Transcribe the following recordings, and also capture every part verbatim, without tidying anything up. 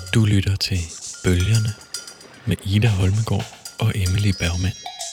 Du lytter til Bølgerne med Ida Holmegaard og Emily Bergman.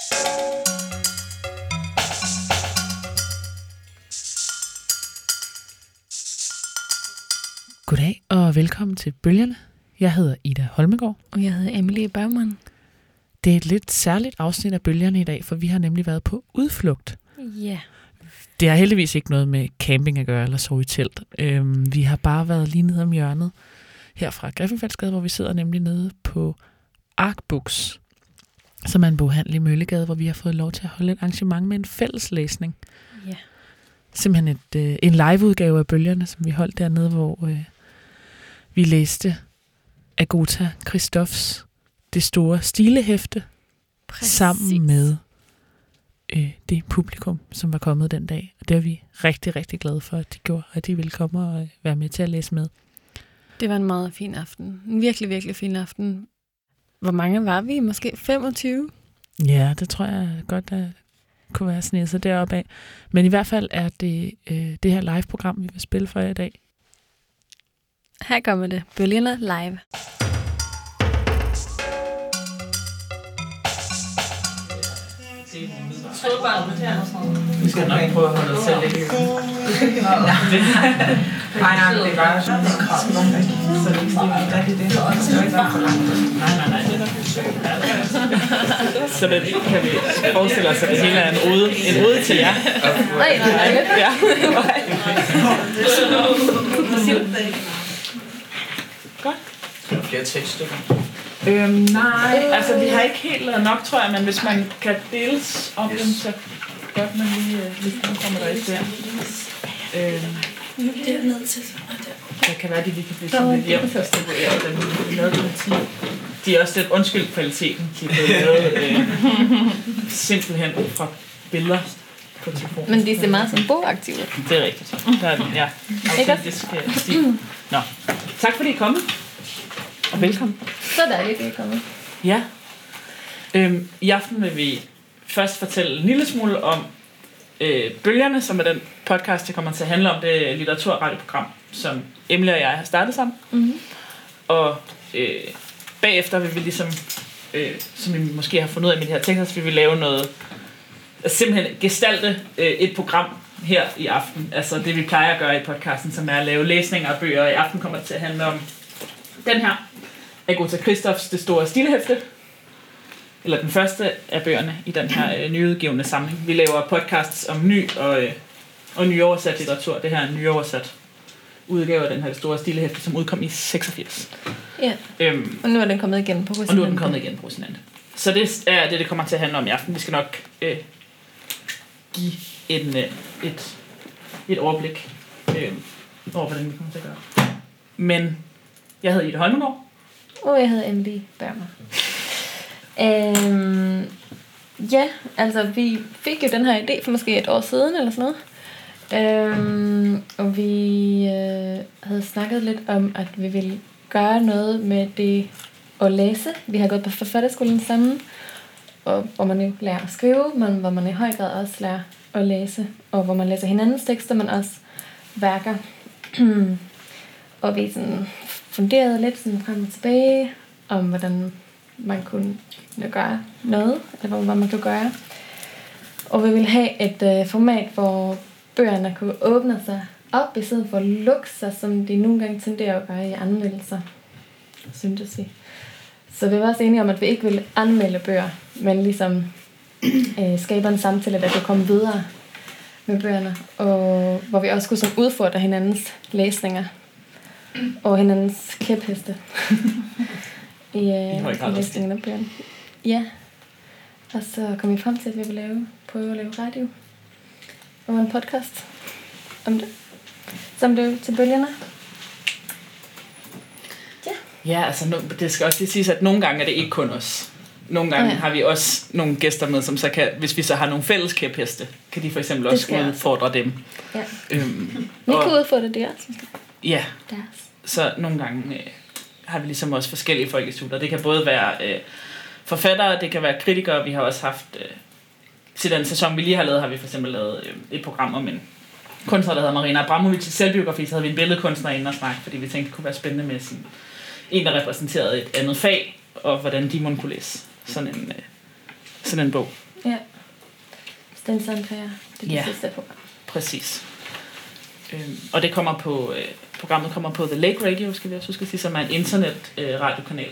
Goddag og velkommen til Bølgerne. Jeg hedder Ida Holmegaard. Og jeg hedder Emily Bergman. Det er et lidt særligt afsnit af Bølgerne i dag, for vi har nemlig været på udflugt. Ja. Yeah. Det har heldigvis ikke noget med camping at gøre eller sove i telt. Øhm, vi har bare været lige nede om hjørnet her fra Griffenfeldsgade, hvor vi sidder nemlig nede på Arcbooks, som er en boghandel i Møllegade, hvor vi har fået lov til at holde et arrangement med en fælles læsning. Ja. Yeah. Simpelthen et, øh, en liveudgave af Bølgerne, som vi holdt dernede, hvor øh, vi læste Agota Christophs Det store stilehæfte. Præcis. Sammen med øh, det publikum, som var kommet den dag. Og det er vi rigtig, rigtig glade for, at de gjorde, at de ville komme og øh, være med til at læse med. Det var en meget fin aften. En virkelig, virkelig fin aften. Hvor mange var vi? Måske femogtyve? Ja, det tror jeg godt, at kunne være snedet sig deroppe af. Men i hvert fald er det øh, det her live-program, vi vil spille for jer i dag. Her kommer det. Bølgerne live. Vi skal nok prøve at holde os selv lidt i gang. Nej, nej, det er bare sådan, det er så det er ikke det. Det er ikke bare for langt. Nej, nej, nej, det er nok. Så det kan vi forestille os, at det hele er en ode, en ode til jer. Nej, nej, nej. Ja. Godt. Skal der flere tekststykker? Øhm, nej, altså vi har ikke helt lavet nok, tror jeg, men hvis man kan deles om yes. dem, så godt man lige, lige kommer der et der. Øhm, Det er ned til der kan være, at de lige kan blive sådan lidt hjem for at distribuere dem. De er lavet på De er også lidt undskyld kvaliteten. De er blevet lavet øh, simpelthen ud fra billeder på telefonen. Men de ser meget som bogaktive. Det er rigtigt. Der er den, ja. Autentisk stil. Nå, tak fordi I er kommet. Og velkommen. Så dejligt, at I er kommet. Ja. Øhm, I aften vil vi først fortælle en lille smule om øh, Bølgerne, som er den podcast, der kommer til at handle om det litteraturradioprogram, som Emily og jeg har startet sammen. Mm-hmm. Og øh, bagefter vil vi ligesom, øh, som I måske har fundet ud af med de her tekster, så vil vi lave noget, altså simpelthen gestalte øh, et program her i aften. Altså det vi plejer at gøre i podcasten, som er at lave læsninger af bøger. Og i aften kommer det til at handle om den her, Agota Christophs Det store stilehæfte, eller den første af bøgerne i den her øh, nyudgivende samling. Vi laver podcasts om ny og, øh, og nyoversat litteratur. Det her er en nyoversat udgave af den her Det store stilehæfte, som udkom i seksogfirs. Ja, øhm, og nu er den kommet igen på Rosinante. Og nu er den kommet igen på Rosinante. Så det er det, det kommer til at handle om i aften. Vi skal nok øh, give en, øh, et, et overblik øh, over, hvordan vi kommer til at gøre. Men jeg hedder Ida Holmegaard. Og jeg hedder Emily Bergman. Øhm, ja, altså vi fik jo den her idé for måske et år siden eller sådan noget. Øhm, og vi øh, havde snakket lidt om, at vi ville gøre noget med det at læse. Vi har gået på forfatterskolen sammen, og, hvor man jo lærer at skrive, men hvor man i høj grad også lærer at læse, og hvor man læser hinandens tekster, men også værker. Og vi sådan funderede lidt sådan frem og tilbage om, hvordan man kunne gøre noget, eller hvad man kunne gøre. Og vi ville have et øh, format, hvor bøgerne kunne åbne sig op, i stedet for at lukke sig, som de nogle gange tenderer at gøre i anmeldelser, syntes vi. Så vi var også enige om, at vi ikke ville anmelde bøger, men ligesom øh, skabe en samtale, der kunne komme videre med bøgerne, og hvor vi også kunne sådan udfordre hinandens læsninger og hinandens kæpheste i, øh, i læsningen af bøgerne. Ja, og så kom vi frem til, at vi ville lave, prøve at lave radio og en podcast om det, som det til Bølgerne. Ja. Ja, altså no, det skal også lige siges, at nogle gange er det ikke kun os. Nogle gange oh, ja. har vi også nogle gæster med, som så kan, hvis vi så har nogle fælles kæpheste, kan de for eksempel også udfordre dem. Ja. Øhm, vi kan udfordre det også. Ja, deres. Så nogle gange øh, har vi ligesom også forskellige folkestudier. Det kan både være øh, forfattere, det kan være kritikere. Vi har også haft, øh, til den sæson vi lige har lavet, har vi for eksempel lavet øh, et program om en kunstner, der hedder Marina Abramovic' selvbiografi. Så havde vi en billedkunstner inde og snakke, fordi vi tænkte, det kunne være spændende med sådan en, der repræsenterede et andet fag, og hvordan de måtte kunne læse sådan en, øh, sådan en bog. Ja. Stens Andrea, det er Ja. det sidste program. Præcis. Øhm, og det kommer på, øh, programmet kommer på The Lake Radio, skal vi også huske at sige, som er en internet øh, radiokanal,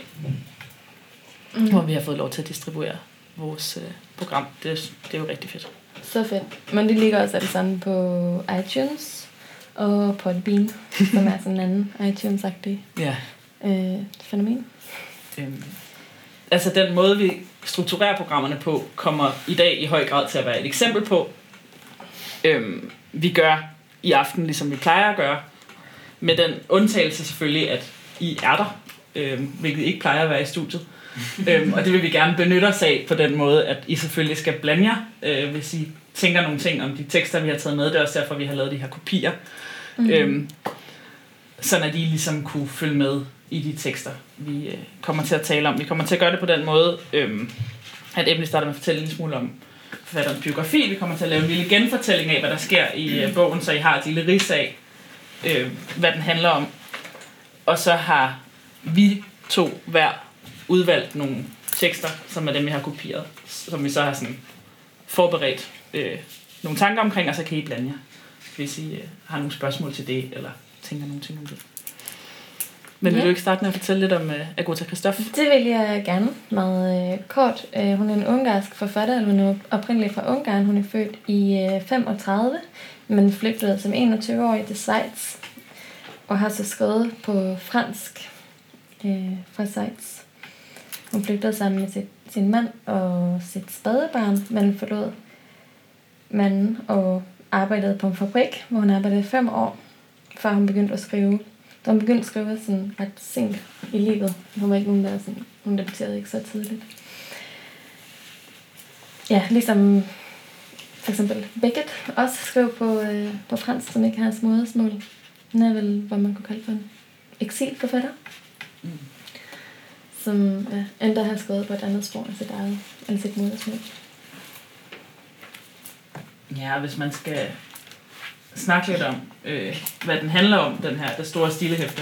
mm. hvor vi har fået lov til at distribuere vores øh, program. Det, det er jo rigtig fedt. Så fedt. Men det ligger også alle sammen på iTunes og Podbean, som er sådan en anden iTunes-agtig Ja. øh, fænomen. Øhm, altså den måde, vi strukturerer programmerne på, kommer i dag i høj grad til at være et eksempel på. Øhm, vi gør i aften, ligesom vi plejer at gøre, med den undtagelse selvfølgelig, at I er der, øhm, hvilket ikke plejer at være i studiet. øhm, og det vil vi gerne benytte os af på den måde, at I selvfølgelig skal blande jer, øh, hvis I tænker nogle ting om de tekster, vi har taget med. Det er også derfor, vi har lavet de her kopier. Mm-hmm. Øhm, sådan at I ligesom kunne følge med i de tekster, vi øh, kommer til at tale om. Vi kommer til at gøre det på den måde, øh, at Emily starter med at fortælle en lille smule om forfatterens biografi. Vi kommer til at lave en lille genfortælling af, hvad der sker i øh, bogen, så I har et lille rids af, øh, hvad den handler om. Og så har vi to hver udvalgt nogle tekster, som er dem, vi har kopieret, som vi så har sådan forberedt øh, nogle tanker omkring, og så kan I blande jer, hvis I øh, har nogle spørgsmål til det, eller tænker nogle ting om det. Men vil Ja. du ikke starte med at fortælle lidt om uh, Agota Christoph? Det vil jeg gerne meget øh, kort. Øh, hun er en ungarsk forfatter, hun er oprindelig fra Ungarn. Hun er født i øh, femogtredive, men flygtede som enogtyve-årig til Schweiz, og har så skrevet på fransk øh, fra Schweiz. Hun flygtede sammen med sit, sin mand og sit spædebarn, men forlod manden og arbejdede på en fabrik, hvor hun arbejdede fem år, før hun begyndte at skrive. Da hun begyndte at skrive sådan ret sent i livet. Hun var ikke nogen, der sådan, hun debuterede ikke så tidligt. Ja, ligesom for eksempel Beckett også skrev på, øh, på fransk, som ikke har hans modersmål. Han er vel, hvad man kunne kalde for en eksilforfatter. Mm. Som ja, endda har skrevet på et andet sprog end sit eget, end sit modersmål. Ja, hvis man skal snakke lidt om, øh, hvad den handler om, den her, det store stilehæfte,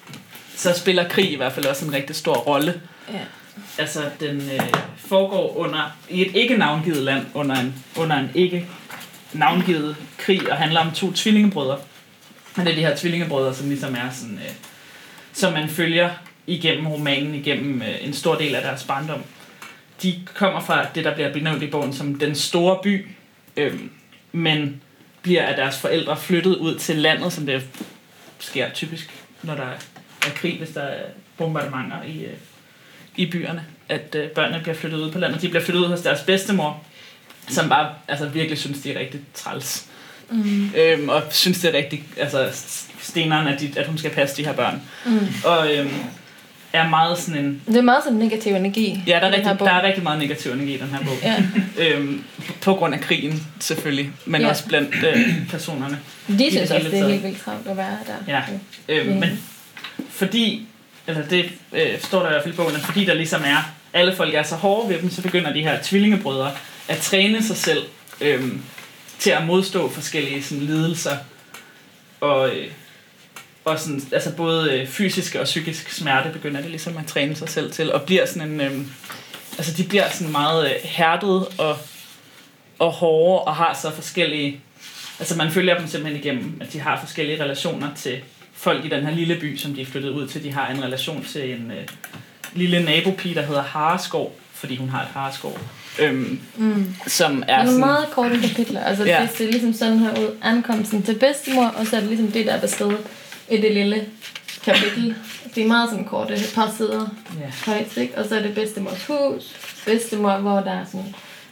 så spiller krig i hvert fald også en rigtig stor rolle. Ja. Altså, den øh, foregår under, i et ikke-navngivet land, under en, under en ikke-navngivet krig, og handler om to tvillingebrødre. Og det er de her tvillingebrødre, som ligesom er sådan, øh, som man følger igennem romanen, igennem øh, en stor del af deres barndom. De kommer fra det, der bliver benævnt i bogen som den store by, øh, men bliver af deres forældre flyttet ud til landet, som det sker typisk, når der er krig, hvis der er bombardementer i, øh, i byerne, at øh, børnene bliver flyttet ud på landet. De bliver flyttet ud hos deres bedstemor, som bare altså, virkelig synes, de er rigtig træls. Mm. Øhm, og synes, det er rigtig altså, steneren, at, de, at hun skal passe de her børn. Mm. Og øhm, er meget sådan en... Det er meget sådan negativ energi. Ja, der er, rigtig, der er rigtig meget negativ energi i den her bog. Ja. øhm, på grund af krigen, selvfølgelig. Men ja. også blandt øh, personerne. De synes også, det er helt vildt travlt at være der. Ja, øhm, ja. men fordi... Eller det øh, står der i hvert fald i bogen, at fordi der ligesom er... Alle folk er så hårde ved dem, så begynder de her tvillingebrødre at træne sig selv øhm, til at modstå forskellige sådan, lidelser. Og... Øh, og sådan, altså både øh, fysisk og psykisk smerte begynder det ligesom at træne sig selv til, og bliver sådan en, øh, altså de bliver sådan meget øh, hærdede og, og hårde, og har så forskellige, altså man følger dem simpelthen igennem, at de har forskellige relationer til folk i den her lille by, som de er flyttet ud til. De har en relation til en øh, lille nabopige, der hedder Hareskov, fordi hun har et hareskov, øhm, mm. som er sådan... sådan... meget korte kapitler, altså ja. Det ser ligesom sådan her ud, ankomsten til bedstemor, og så er det ligesom det, der er beskrevet i det lille kapitel. Det er meget sådan korte, et par sider yeah. højt, ikke? Og så er det bedstemors hus, bedstemor, hvor der er sådan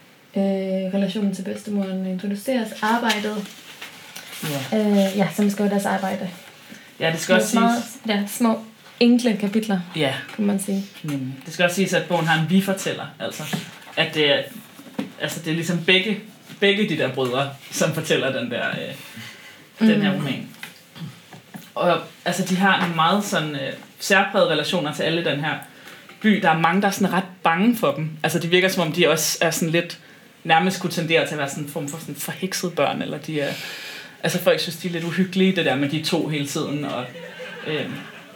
øh, relationen til bedstemoren introduceres, arbejdet, yeah. øh, ja, som skal deres arbejde. Ja, det skal også siges... Meget, ja, små, enkle kapitler, ja. kan man sige. Mm. Det skal også siges, at bogen har en vi-fortæller, altså, at det er, altså, det er ligesom begge, begge de der brødre, som fortæller den der, øh, mm. den her roman. Og altså, de har nogle meget sådan øh, særprægede relationer til alle den her by. Der er mange, der er sådan ret bange for dem. Altså, det virker som om, de også er sådan lidt, nærmest kunne tendere til at være sådan en form for sådan forheksede børn, eller de er, altså folk synes, de er lidt uhyggelige, det der med de to hele tiden, og øh,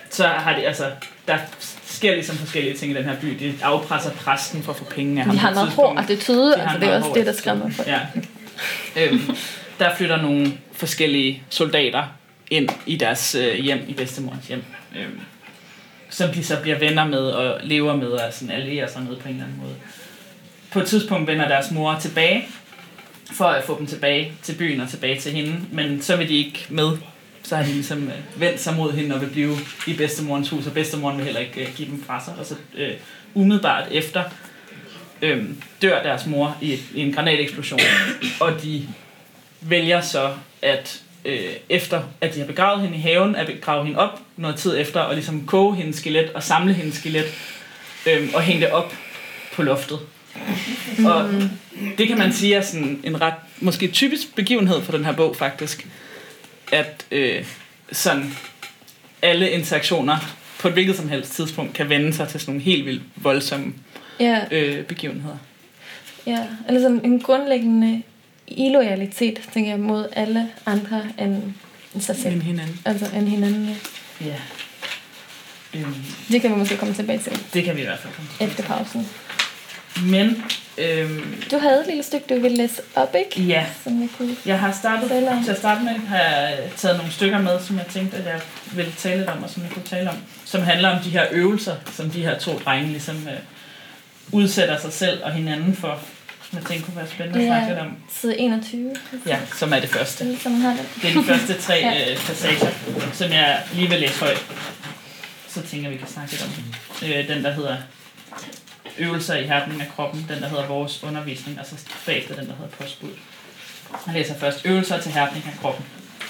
så har det, altså, der sker ligesom forskellige ting i den her by. De afpresser præsten for at få penge af ham. De har noget hård attitude, De altså det er også det, der skræmmer for. Ja. øhm, der flytter nogle forskellige soldater ind i deres øh, hjem, i bedstemorens hjem, øhm, som de så bliver venner med og lever med og sådan allierer sig med på en eller anden måde. På et tidspunkt vender deres mor tilbage, for at få dem tilbage til byen og tilbage til hende, men så vil de ikke med. Så har de ligesom øh, vendt sig mod hende og vil blive i bedstemorens hus, og bedstemoren vil heller ikke øh, give dem fra sig. Og så øh, umiddelbart efter øh, dør deres mor i, et, i en granateksplosion, og de vælger så at øh, efter at de har begravet hende i haven, at begrave hende op noget tid efter, og ligesom koge hendes skelet og samle hendes skelet øh, og hænge det op på loftet. Mm. Og det kan man sige er sådan en ret måske typisk begivenhed for den her bog faktisk, at øh, sådan alle interaktioner på et hvilket som helst tidspunkt kan vende sig til sådan nogle helt vildt voldsomme ja. øh, begivenheder. Ja, eller sådan en grundlæggende illoyalitet, tænker jeg, mod alle andre end sig selv. End hinanden. Altså end hinanden, ja. Ja. Øhm, det kan vi måske komme tilbage til. Det kan vi i hvert fald komme tilbage efter pausen. Men øhm, du havde et lille stykke, du ville læse op, ikke? Ja. Som jeg kunne jeg har startet til at starte med, har jeg taget nogle stykker med, som jeg tænkte, at jeg ville tale lidt om, og som jeg kunne tale om, som handler om de her øvelser, som de her to drenge ligesom øh, udsætter sig selv og hinanden for, som jeg tænkte kunne være spændende ja, at snakke lidt om. Side enogtyve. Ja, som er det første. Det, som har det. det er de første tre ja. øh, passager, som jeg lige vil læse højt. Så tænker jeg, vi kan snakke lidt om det. Øh, den, der hedder øvelser i hærden af kroppen, den, der hedder vores undervisning, altså bagefter den, der hedder postbud. Jeg læser først øvelser til hærden af kroppen.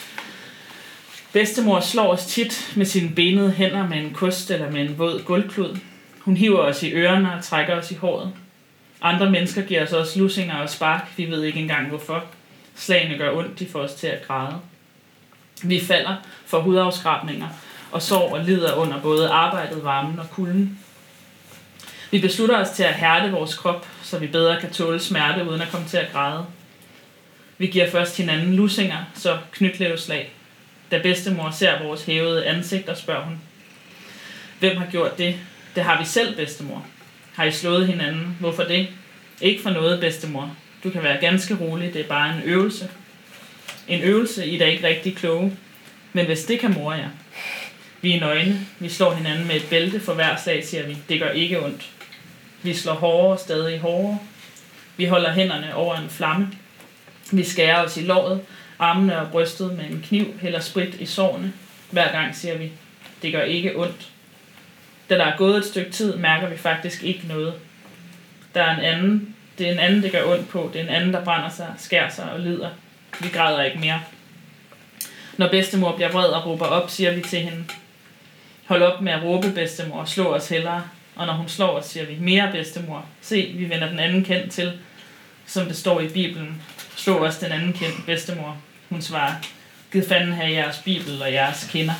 Bedstemor slår os tit med sine benede hænder med en kost eller med en våd gulvklud. Hun hiver os i ørerne og trækker os i håret. Andre mennesker giver os også lussinger og spark, vi ved ikke engang hvorfor. Slagene gør ondt, de får os til at græde. Vi falder for hudafskrabninger og sår og lider under både arbejdet, varmen og kulden. Vi beslutter os til at hærde vores krop, så vi bedre kan tåle smerte uden at komme til at græde. Vi giver først hinanden lussinger, så knytlæveslag. Da bedstemor ser vores hævede ansigter, spørger hun: hvem har gjort det? Det har vi selv, bedstemor. Har I slået hinanden? Hvorfor det? Ikke for noget, bedstemor. Du kan være ganske rolig, det er bare en øvelse. En øvelse, I er da ikke rigtig kloge. Men hvis det kan mor jer. Vi er nøgne. Vi slår hinanden med et bælte for hver slag, siger vi. Det gør ikke ondt. Vi slår hårdere, stadig hårdere. Vi holder hænderne over en flamme. Vi skærer os i låret, armene og brystet med en kniv, hælder sprit i sårene. Hver gang siger vi, det gør ikke ondt. Da der er gået et stykke tid, mærker vi faktisk ikke noget. Der er en anden, det er en anden, det gør ondt på. Det er en anden, der brænder sig, skærer sig og lider. Vi græder ikke mere. Når bedstemor bliver vred og råber op, siger vi til hende: hold op med at råbe, bedstemor, og slå os hellere. Og når hun slår os, siger vi: mere, bedstemor. Se, vi vender den anden kind til, som det står i Bibelen. Slå os den anden kind, bedstemor. Hun svarer: gid fanden have jeres Bibel og jeres kinder.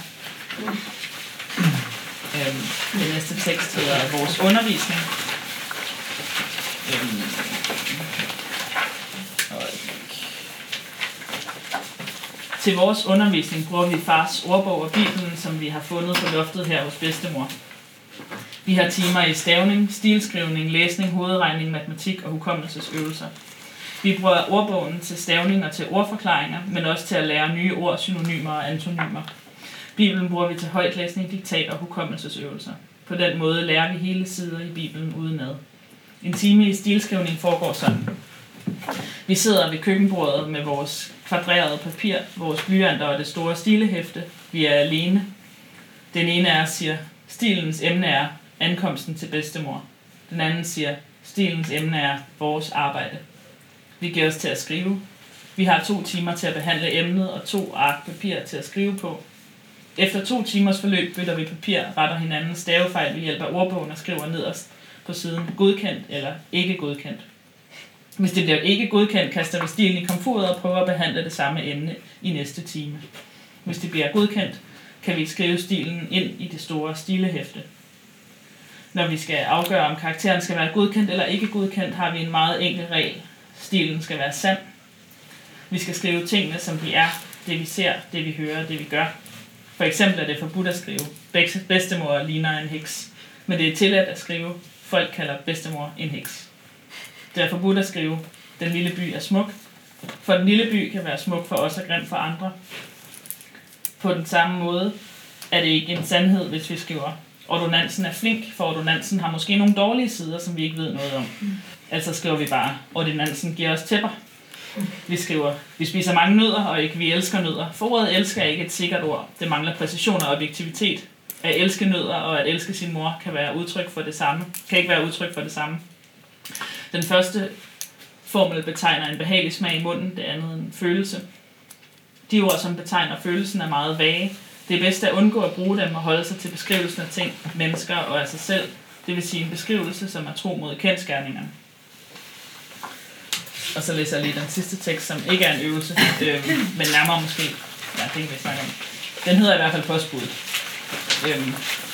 Øhm, den næste tekst hedder vores undervisning. Øhm, Til vores undervisning bruger vi fars ordbog og Bibelen, som vi har fundet på loftet her hos bedstemor. Vi har timer i stavning, stilskrivning, læsning, hovedregning, matematik og hukommelsesøvelser. Vi bruger ordbogen til stavning og til ordforklaringer, men også til at lære nye ord, synonymer og antonymer. Bibelen bruger vi til højtlæsning, diktat og hukommelsesøvelser. På den måde lærer vi hele sider i Bibelen udenad. En time i stilskrivning foregår sådan. Vi sidder ved køkkenbordet med vores kvadrerede papir, vores blyanter og det store stilehæfte. Vi er alene. Den ene af os siger, stilens emne er ankomsten til bedstemor. Den anden siger, stilens emne er vores arbejde. Vi giver os til at skrive. Vi har to timer til at behandle emnet og to ark papir til at skrive på. Efter to timers forløb bytter vi papir, retter hinanden stavefejl ved hjælp af ordbogen og skriver nederst på siden godkendt eller ikke godkendt. Hvis det bliver ikke godkendt, kaster vi stilen i komfuret og prøver at behandle det samme emne i næste time. Hvis det bliver godkendt, kan vi skrive stilen ind i det store stilehæfte. Når vi skal afgøre, om karakteren skal være godkendt eller ikke godkendt, har vi en meget enkel regel. Stilen skal være sand. Vi skal skrive tingene, som de er, det vi ser, det vi hører, det vi gør. For eksempel er det forbudt at skrive, bedstemor ligner en heks. Men det er tilladt at skrive, folk kalder bedstemor en heks. Det er forbudt at skrive, den lille by er smuk. For den lille by kan være smuk for os og grim for andre. På den samme måde er det ikke en sandhed, hvis vi skriver, ordonansen er flink, for ordonansen har måske nogle dårlige sider, som vi ikke ved noget om. Altså skriver vi bare, ordonansen giver os tæpper. Vi skriver, vi spiser mange nødder, og ikke vi elsker nødder. For ordet elsker er ikke et sikkert ord. Det mangler præcision og objektivitet. At elske nødder og at elske sin mor kan være udtryk for det samme. Kan ikke være udtryk for det samme. Den første formel betegner en behagelig smag i munden, det andet en følelse. De ord, som betegner følelsen, er meget vage. Det er bedst at undgå at bruge dem og holde sig til beskrivelsen af ting, mennesker og af sig selv. Det vil sige en beskrivelse, som er tro mod kendsgerningerne. Og så læser jeg lige den sidste tekst, som ikke er en øvelse, øh, men nærmere måske. Ja, det kan vi snakke om. Den hedder i hvert fald postbuddet. Øh,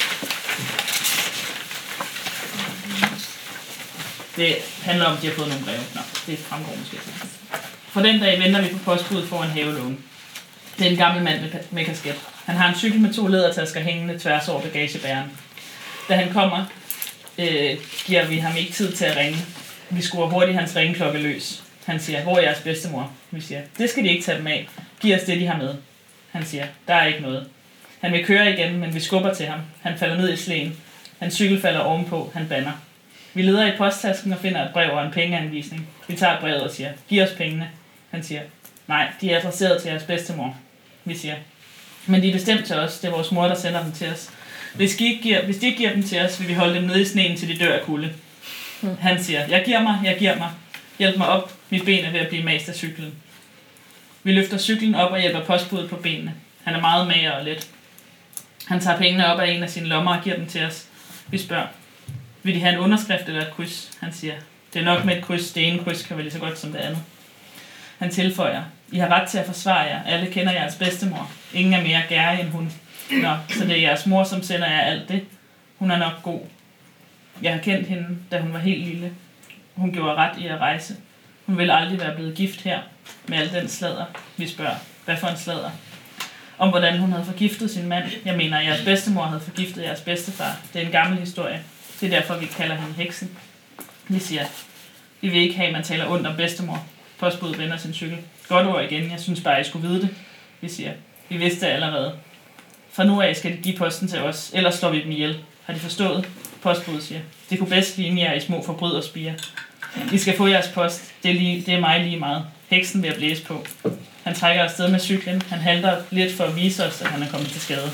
det handler om, at de har fået nogle breve. Nå, det fremgår måske. For den dag venter vi på postbuddet foran havelågen. Det er en gammel mand med, med kasket. Han har en cykel med to lædertasker hængende tværs over bagagebæren. Da han kommer, øh, giver vi ham ikke tid til at ringe. Vi skruer hurtigt hans ringeklokke løs. Han siger, hvor er jeres bedstemor? Vi siger, det skal de ikke tage dem af. Giv os det, de har med. Han siger, der er ikke noget. Han vil køre igen, men vi skubber til ham. Han falder ned i sleen. Hans cykel falder ovenpå. Han bander. Vi leder i posttasken og finder et brev og en pengeanvisning. Vi tager brevet og siger, giv os pengene. Han siger, nej, de er adresseret til jeres bedstemor. Vi siger, men de er bestemt til os. Det er vores mor, der sender dem til os. Hvis de ikke giver, hvis de ikke giver dem til os, vil vi holde dem nede i sneen, til de dør af kulde. Mm. Han siger, jeg giver mig, jeg giver mig. Hjælp mig op. Mit ben er ved at blive mast af cyklen. Vi løfter cyklen op og hjælper postbuddet på benene. Han er meget mager og let. Han tager pengene op af en af sine lommer og giver dem til os. Vi spørger, vil de have en underskrift eller et kryds? Han siger, det er nok med et kryds. Det ene kryds kan være lige så godt som det andet. Han tilføjer, I har ret til at forsvare jer. Alle kender jeres bedstemor. Ingen er mere gære end hun. Nå, så det er jeres mor, som sender jer alt det. Hun er nok god. Jeg har kendt hende, da hun var helt lille. Hun gjorde ret i at rejse. Hun ville aldrig være blevet gift her med al den sladder. Vi spørger, hvad for en sladder? Om hvordan hun havde forgiftet sin mand. Jeg mener, at jeres bedstemor havde forgiftet jeres bedstefar. Det er en gammel historie. Det er derfor, vi kalder hende heksen. Vi siger, vi vil ikke have, at man taler ondt om bedstemor. Postbuddet vender sin cykel. Godt ord igen, jeg synes bare, I skulle vide det. Vi siger, vi vidste det allerede. Fra nu af skal de give posten til os, ellers slår vi dem ihjel. Har de forstået? Postbuddet siger, det kunne bedst ligne jer i små forbryderspirer. I skal få jeres post. Det er, lige, det er mig lige meget. Heksen vil jeg blæse på. Han trækker afsted med cyklen. Han halter lidt for at vise os, at han er kommet til skade.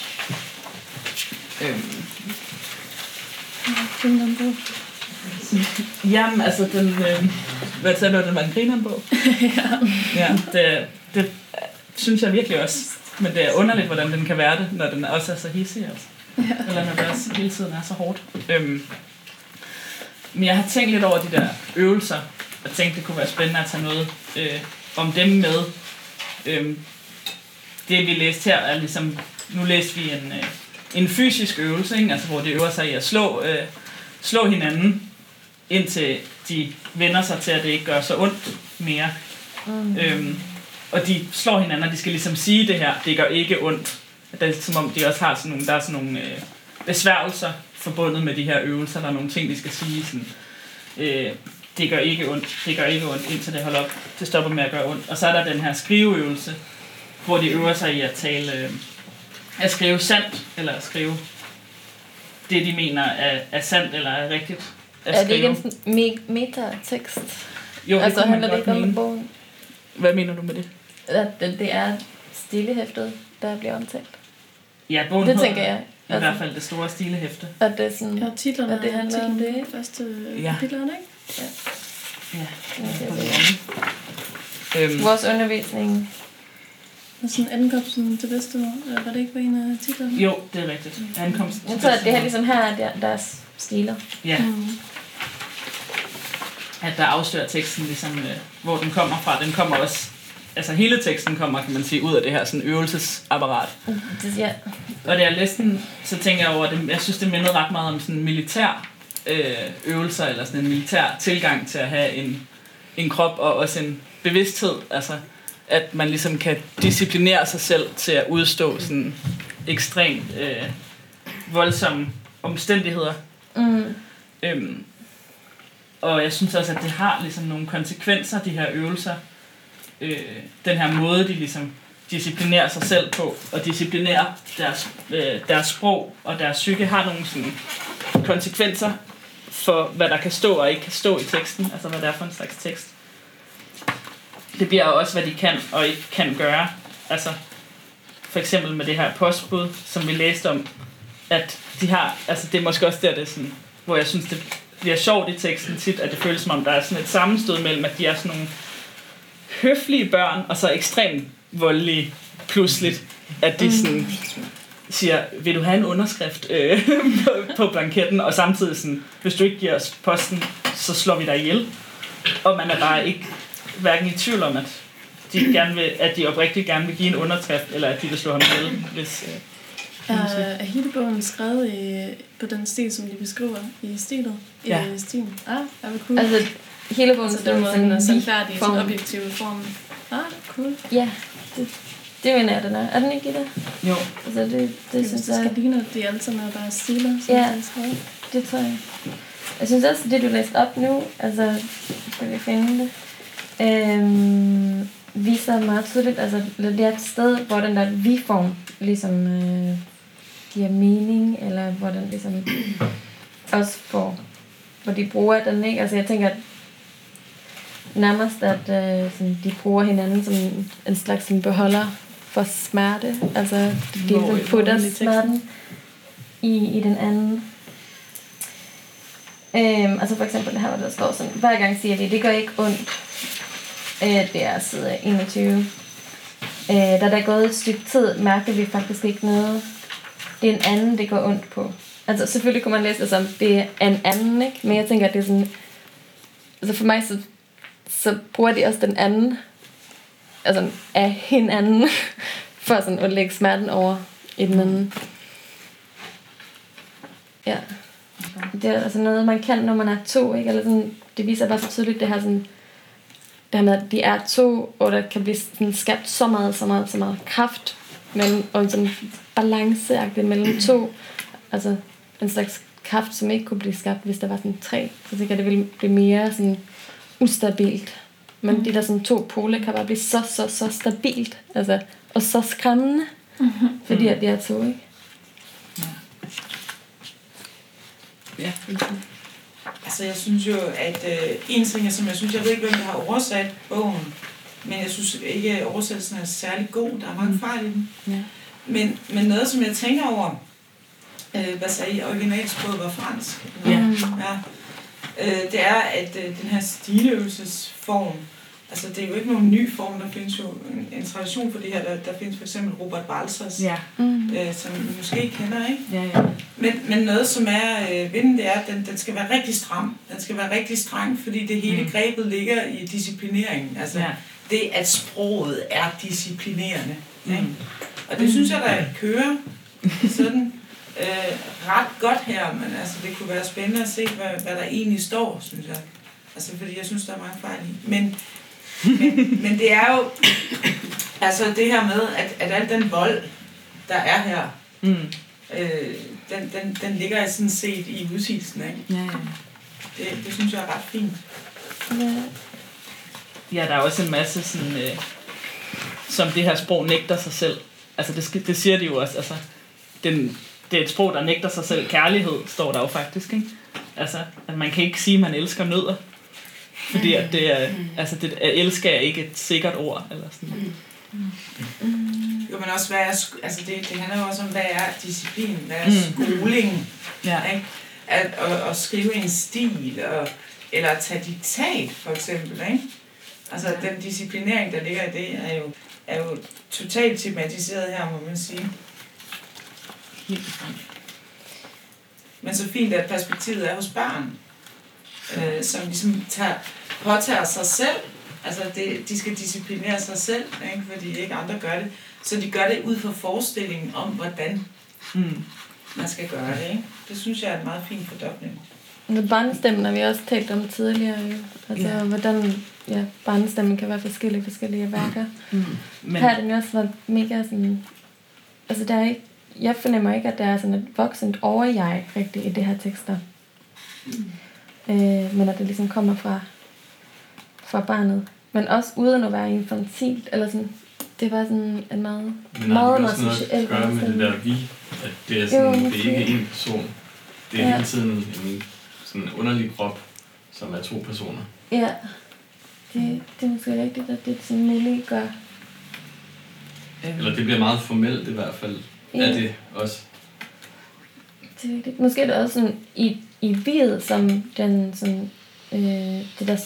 Øhm. Jamen, altså, den... Øh, hvad sagde du, den var en grineren-bog? Ja. Ja, det, det synes jeg virkelig også. Men det er underligt, hvordan den kan være det, når den også er så hissig. Altså. Ja. Eller når det også hele tiden er så hårdt. Øhm. Men jeg har tænkt lidt over de der øvelser, og tænkt, det kunne være spændende at tage noget øh, om dem med. Øhm. Det vi læste her er ligesom... Nu læste vi en, øh, en fysisk øvelse, ikke? Altså, hvor de øver sig i at slå, øh, slå hinanden, indtil de vender sig til, at det ikke gør så ondt mere. Mm. Øhm, og de slår hinanden, og de skal ligesom sige det her, det gør ikke ondt. Det er som om, de også har sådan nogle, der er sådan nogle øh, besværgelser forbundet med de her øvelser. Der er nogle ting, de skal sige sådan, øh, det gør ikke ondt, det gør ikke ondt, indtil det holder op, det stopper med at gøre ondt. Og så er der den her skriveøvelse, hvor de øver sig i at tale, øh, at skrive sandt, eller at skrive det, de mener er, er sandt eller er rigtigt. Er det ikke en sådan me- metatekst? Jo, det altså handler det ikke om bogen? Hvad mener du med det? At det, det er stilehæftet, der bliver omtalt. Ja, bogen det tænker jeg. I altså, hvert fald det store stilehæfte. At det er sådan, ja, titlerne, at det handler om det, ikke? Første ja. kapitlerne, ikke? Ja. Ja. Okay, det øhm. Vores undervisning. Og sådan ankomsten til bedstemor, var det ikke på en af titlerne? Jo, det er rigtigt. Ankomsten til bedstemor. Så det her ligesom her er der, deres stiler. Ja. Mm. At der afslører teksten ligesom, øh, hvor den kommer fra. Den kommer også, altså hele teksten kommer, kan man sige, ud af det her sådan øvelsesapparat. Mm, det, ja. Og da jeg læste den, så tænker jeg over det, jeg synes det mindede ret meget om sådan militær øh, øvelser, eller sådan en militær tilgang til at have en, en krop og også en bevidsthed, altså at man ligesom kan disciplinere sig selv til at udstå sådan ekstremt øh, voldsomme omstændigheder. Mm. Øhm, og jeg synes også, at det har ligesom nogle konsekvenser, de her øvelser. Øh, den her måde, de ligesom disciplinerer sig selv på, og disciplinerer deres, øh, deres sprog og deres psyke, har nogle sådan konsekvenser for, hvad der kan stå og ikke kan stå i teksten, altså hvad det er for en slags tekst. Det bliver også, hvad de kan og ikke kan gøre. Altså, for eksempel med det her postbud, som vi læste om, at de har, altså det er måske også der, det er sådan, hvor jeg synes, det bliver sjovt i teksten tit, at det føles som om, der er sådan et sammenstød mellem, at de er sådan nogle høflige børn, og så ekstremt voldelige pludseligt, at de sådan siger, vil du have en underskrift øh, på, på blanketten, og samtidig sådan, hvis du ikke giver os posten, så slår vi dig ihjel. Og man er bare ikke hverken i tvivl om, at de, gerne vil, at de oprigtigt gerne vil give en underskrift, eller at de vil slå ham ihjel, hvis... Øh, Er, er hele bogen skrevet i, på den stil, som de beskriver i stilet? Ja. I stilen? Ah, er det cool. Altså, hele bogen Så den måde, den er sandfærdig i form. sin objektive form. Ah, cool. Ja, det, det mener jeg, den er. Er den ikke i det? jo. Altså, det, det, Det synes skal jeg... ligne, at de alle sammen er bare stiler, som Ja. de er skrevet. Det tror jeg. Jeg synes også, det du læste op nu, altså, skal vi finde det, øhm, viser meget tydeligt, altså, det er et sted, hvor den der vi-form ligesom øh, giver mening, eller hvor den ligesom også får, hvor de bruger den, ikke? Altså, jeg tænker, at nærmest, at øh, sådan, de bruger hinanden som en, en slags sådan, beholder for smerte, altså, de Hvor- ligesom putter hvor i teksten? smerten i, i den anden. Øhm, altså for eksempel det her, hvor der står sådan, hver gang siger vi, det gør ikke ondt. Øh, det er side enogtyve. Øh, da der er gået et stykke tid, mærker vi faktisk ikke noget. Det er en anden, det går ondt på. Altså selvfølgelig kunne man læse det som, det er en anden, ikke? Men jeg tænker, at det er sådan, altså for mig, så, så bruger de også den anden, altså af hinanden, for sådan at lægge smerten over i den anden. Ja. Det er altså noget, man kan, når man er to, ikke? Eller sådan, det viser bare så tydeligt, det her, sådan, det her med, at de er to, og der kan blive sådan skabt så meget, så meget, så meget kraft, men, og sådan balanceagtigt mellem to. Altså en slags kraft, som ikke kunne blive skabt, hvis der var sådan tre. Så tænker jeg, det ville blive mere sådan ustabilt. Men mm. de der sådan to pole kan bare blive så, så, så stabilt. Altså, og så skræmmende, mm-hmm. fordi at de er to, ikke? Ja. Altså, jeg synes jo, at øh, en ting, som jeg synes, jeg ved ikke, hvem der har oversat bogen, men jeg synes ikke, at oversættelsen er særlig god. Der er mange fejl i den. Ja. Men, men noget, som jeg tænker over, øh, hvad sagde I, originalsproget var fransk. Ja. Ja. Øh, det er, at øh, den her stiløvelsesform, altså det er jo ikke nogen ny form, der findes jo en, en tradition for det her. Der, der findes for eksempel Robert Balsers, Ja. Mm. øh, som I måske kender, ikke? Ja, ja. Men, men noget, som er øh, vinden, det er, at den, den skal være rigtig stram. Den skal være rigtig streng, fordi det hele Mm. grebet ligger i disciplineringen. Altså Ja. det, at sproget er disciplinerende. Mm. Ikke? Og det synes jeg, der kører sådan øh, ret godt her, men altså, det kunne være spændende at se, hvad, hvad der egentlig står, synes jeg. Altså, fordi jeg synes, der er mange fejl i. Men, men, men det er jo altså det her med, at, at al den vold, der er her, Mm. øh, den, den, den ligger sådan set i udsigelsen, ikke? Ja, ja. Det, det synes jeg er ret fint. Ja. Ja, der er også en masse sådan, øh, som det her sprog nægter sig selv. Altså det, skal- det siger de jo også. Altså, den, det er et sprog, der nægter sig selv kærlighed, står der jo faktisk, ikke? Altså, at man kan ikke sige, at man elsker nødder. Fordi at det er, altså det, at elske er ikke et sikkert ord, eller sådan. Jo, men også, hvad er, sk- altså det, det handler jo også om, hvad er disciplin, hvad er Mm. skoling, Ja. ikke? At, at, at skrive en stil, og, eller at tage diktat, for eksempel, ikke? Altså, den disciplinering, der ligger i det, er jo, er jo totalt tematiseret her, må man sige. Helt bestemt. Men så fint, at perspektivet er hos børn, øh, som ligesom tager, påtager sig selv. Altså, det, de skal disciplinere sig selv, ikke? Fordi ikke andre gør det. Så de gør det ud fra forestillingen om, hvordan Mm. man skal gøre det, ikke? Det synes jeg er en meget fin fordobling. Med barnestemmen har vi også talt om tidligere, jo. Altså, Ja. hvordan ja, barnestemmen kan være forskellige i forskellige værker. Mm. Men Men, her er den jo også været mega sådan... Altså, der er ikke... jeg fornemmer ikke, at der er sådan et voksent over-jeg rigtigt i det her tekster. Mm. Øh, men at det ligesom kommer fra, fra barnet. Men også uden at være infantilt, eller sådan, det var sådan en meget, men meget, meget meget socialt. Men har det også noget at gøre med det der vi, at det er, sådan, jo, det er ikke en person. Det er ja. hele tiden en sådan en underlig krop, som er to personer. Ja, det, det er måske rigtigt, at det sådan muligt gør. Eller det bliver meget formelt i hvert fald, ja. Er det også. Det er rigtigt. Måske er det også sådan i, i viet, som den sådan, øh, det der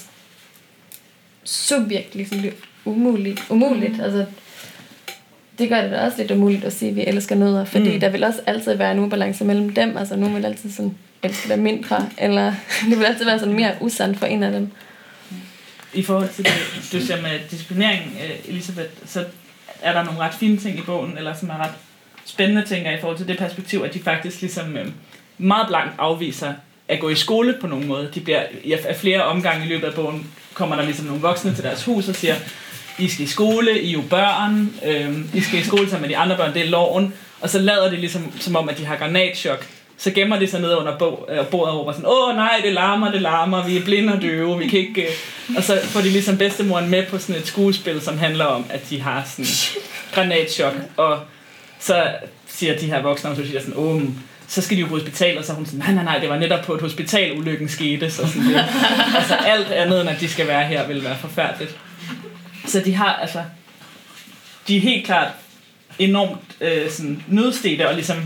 subjekt ligesom lidt umuligt. umuligt. Mm. Altså, det gør det da også lidt umuligt at sige, at vi elsker noget, fordi mm. der vil også altid være en ubalance mellem dem. Altså, nogen vil altid sådan elske dem mindre, eller det vil altid være sådan mere usandt for en af dem. I forhold til det, du siger med disciplinering, Elisabeth, så er der nogle ret fine ting i bogen, eller som er ret spændende ting i forhold til det perspektiv, at de faktisk ligesom øh, meget blankt afviser at gå i skole på nogen måde. De bliver af flere omgange i løbet af bogen, kommer der ligesom nogle voksne til deres hus og siger, I skal i skole, I er jo børn, øh, I skal i skole sammen med de andre børn, det er loven, og så lader de ligesom som om, at de har granatschok. Så gemmer de sig ned under bordet og råber sådan, åh nej, det larmer, det larmer, vi er blinde og døve, vi kan ikke... Og så får de ligesom bedstemoren med på sådan et skuespil, som handler om, at de har sådan granatschok. Og så siger de her voksne, og så siger sådan, åh, så skal de jo på hospitalet, og så er hun sådan, nej, nej, nej, det var netop på et hospital, ulykken skete. Så sådan det. Altså alt andet, end at de skal være her, vil være forfærdeligt. Så de har, altså... De er helt klart enormt øh, sådan, nødstede, og ligesom...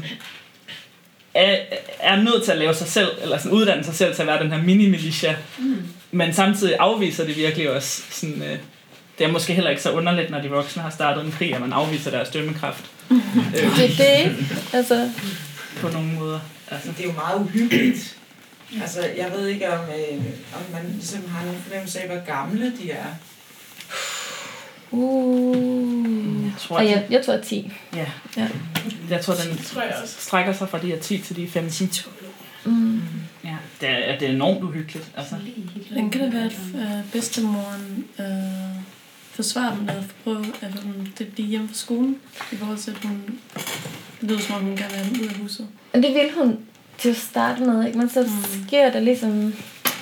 Er, er nødt til at lave sig selv, eller sådan uddanne sig selv til at være den her mini-militia, mm. men samtidig afviser det virkelig også sådan, øh, det er måske heller ikke så underligt, når de voksne har startet en krig, at man afviser deres dømmekraft. Mm. Øh, det er det, altså... På nogle måder. Altså. Det er jo meget uhyggeligt. Altså, jeg ved ikke, om, øh, om man ligesom har nogen fornemmelse af, hvor gamle de er. Uh. Jeg tror, og jeg, jeg tror ti. Ja. ja. Jeg tror, den tror jeg også. Strækker sig fra de her ti til de femten. Mm. Ja, det er, det er enormt uhyggeligt. Altså. Hvordan kan det være, at øh, bedstemoren øh, forsvarer dem, eller prøver at det blive hjemme fra skolen, i forhold til, at hun det lyder som om, hun gerne vil have dem ud af huset? Og det vil hun til at starte med, ikke? Men så mm. sker der ligesom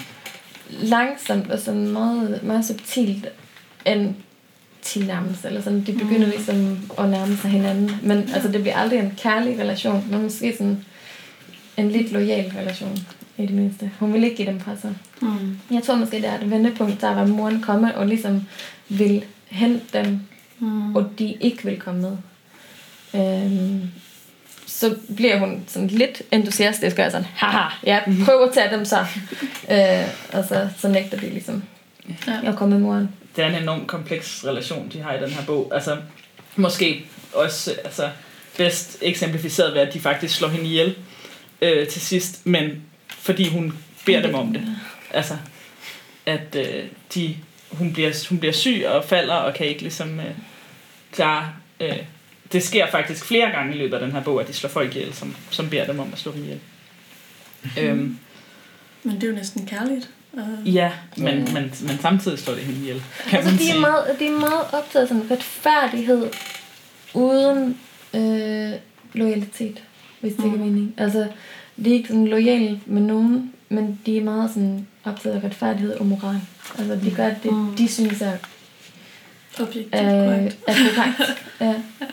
langsomt og sådan meget, meget subtilt en tilnærmelse, eller sådan, de begynder ligesom at nærme sig hinanden, men altså det bliver aldrig en kærlig relation, men måske sådan en lidt loyal relation i det mindste. Hun vil ikke give dem fra sig. Mm. Jeg tror måske, det er et vendepunkt, der var moren komme og ligesom vil hente dem, mm. og de ikke vil komme med. Øhm, så bliver hun sådan lidt entusiastisk, og er sådan, haha, ja, prøv at tage dem så. øh, og så, så nægter de ligesom ja. at komme med moren. Det er en enormt kompleks relation, de har i den her bog. Altså, måske også altså, bedst eksemplificeret ved, at de faktisk slår hende ihjel øh, til sidst, men fordi hun beder dem om det. Altså, at øh, de, hun, bliver, hun bliver syg og falder og kan ikke ligesom øh, klare... Øh, det sker faktisk flere gange i løbet af den her bog, at de slår folk ihjel, som, som beder dem om at slå dem ihjel. Mm. Øhm, men det er jo næsten kærligt. Uh, ja, men, yeah. men, men samtidig slår det hende ihjel, kan altså, man de er sige. Meget, de er meget optaget af sådan retfærdighed uden øh, loyalitet, hvis det mm. giver mening. Altså, de er ikke sådan loyale med nogen, men de er meget sådan optaget af retfærdighed og moral. Altså, de gør det, mm. de synes er objektivt øh, korrekt. Er korrekt. Ja.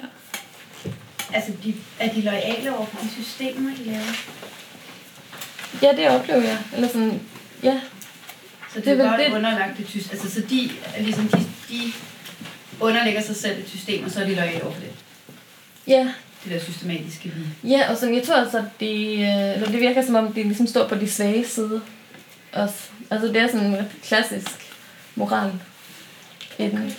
Altså, de, er de loyale over for de systemer, de laver? Ja, det oplever jeg. Eller sådan, ja. Så det, det er godt det... underlagt et system. Altså, så de, ligesom, de, de underlægger sig selv et system, og så er de loyale over for det. Ja. Det der systematiske vi. Ja, og så jeg tror altså, at de, eller det virker som om, de ligesom står på de svage side også. Altså, det er sådan en klassisk moral i den.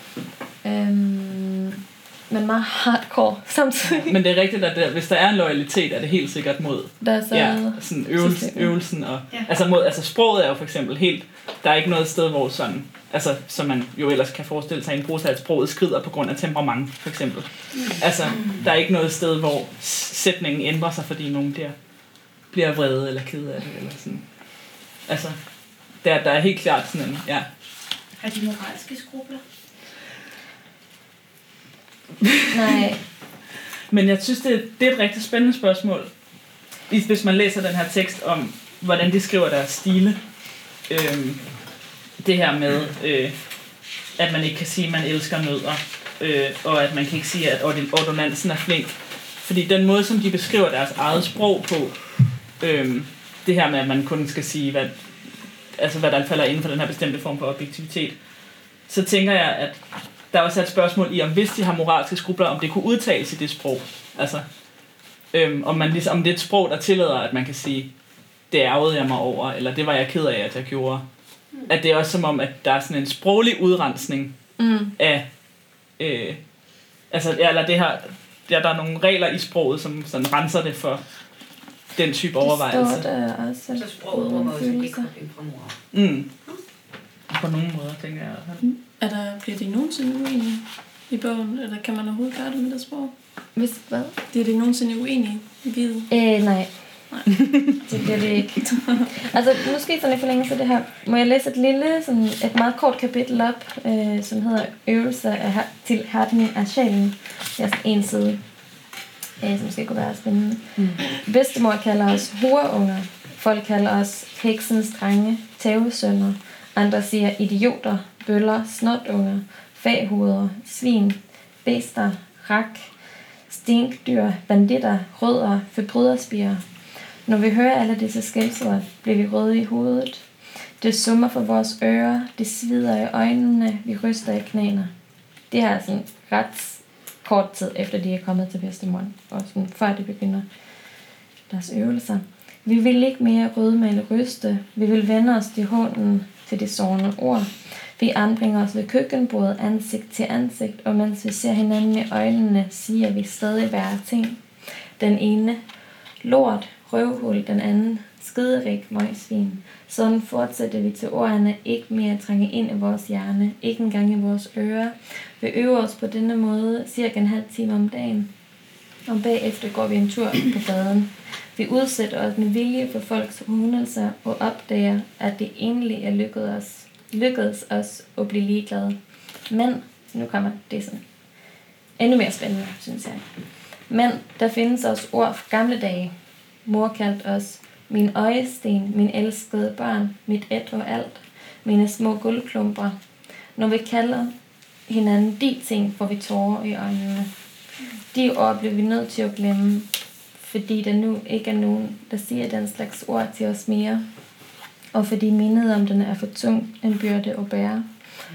Øhm, men meget hardcore samtidig. Men det er rigtigt, at der, hvis der er en loyalitet, er det helt sikkert mod der er så ja, sådan øvelsen, øvelsen og ja. altså, mod, altså sproget er jo for eksempel helt, der er ikke noget sted, hvor sådan, altså som man jo ellers kan forestille sig, en bruger at sproget skrider på grund af temperament for eksempel. Mm. Altså der er ikke noget sted, hvor sætningen ændrer sig, fordi nogen bliver, bliver vrede eller ked af det eller sådan. Altså der, der er helt klart sådan en, ja. Har de moralske skrubler? Nej. Men jeg synes, det, det er et rigtig spændende spørgsmål, hvis man læser den her tekst om, hvordan de skriver deres stile. Øhm, det her med, øh, at man ikke kan sige, at man elsker nødder, øh, og at man kan ikke sige, at ordonansen er flink. Fordi den måde, som de beskriver deres eget sprog på, øh, det her med, at man kun skal sige, hvad, altså hvad der falder inden for den her bestemte form for objektivitet, så tænker jeg, at der er også et spørgsmål i, om hvis de har moralske skrubler, om det kunne udtales i det sprog. Altså, øhm, om, man ligesom, om det er et sprog, der tillader, at man kan sige, det ærgede jeg mig over, eller det var jeg ked af, at jeg gjorde. Mm. At det er også som om, at der er sådan en sproglig udrensning mm. af, øh, altså, eller det her, der, der er nogle regler i sproget, som sådan renser det for den type overvejelse. Det står der også. Så sproget rummer også en dekobling fra moral. Mm. På nogle måder, tænker jeg. Mm. Er der, bliver de nogensinde uenige i bogen, eller kan man overhovedet gøre det med det sprog? Hvis hvad? Bliver de nogensinde uenige i givet? Øh, nej. Nej. Det bliver det ikke. Altså, måske sådan i forlængelse af det her, må jeg læse et lille, sådan et meget kort kapitel op, øh, som hedder Øvelser af her- til hærdning af sjælen. Det er sådan en side, øh, som skal kunne være spændende. Mm. Bedstemor kalder os horeunger. Folk kalder os heksens drenge, tævesønner. Andre siger idioter, bøller, snotunger, faghoveder, svin, bæster, rak, stinkdyr, banditter, rødder, forbryderspirer. Når vi hører alle disse skældsord, bliver vi røde i hovedet. Det summer for vores ører, det svider i øjnene, vi ryster i knæene. Det er sådan ret kort tid efter, de er kommet til bedstemor, og sådan før de begynder deres øvelser. Vi vil ikke mere rødmale ryste, vi vil vende os til hånden til de sårende ord. Vi anbringer os ved køkkenbordet ansigt til ansigt, og mens vi ser hinanden i øjnene, siger vi stadig værre ting. Den ene lort, røvhul, den anden skiderik, møgsvin. Sådan fortsætter vi til ordene ikke mere trænge ind i vores hjerne, ikke engang i vores ører. Vi øver os på denne måde cirka en halv time om dagen. Og bagefter går vi en tur på gaden. Vi udsætter os med vilje for folks hundelser og opdager, at det egentlig er lykkedes os, lykkedes os at blive ligeglade. Men, nu kommer det sådan endnu mere spændende, synes jeg. Men der findes også ord fra gamle dage. Mor kaldte os min øjesten, min elskede børn, mit ædru alt, mine små guldklumper. Når vi kalder hinanden de ting, får vi tårer i øjnene. De ord bliver vi nødt til at glemme, fordi der nu ikke er nogen, der siger den slags ord til os mere, og fordi mindet om den er for tung en byrde at bære.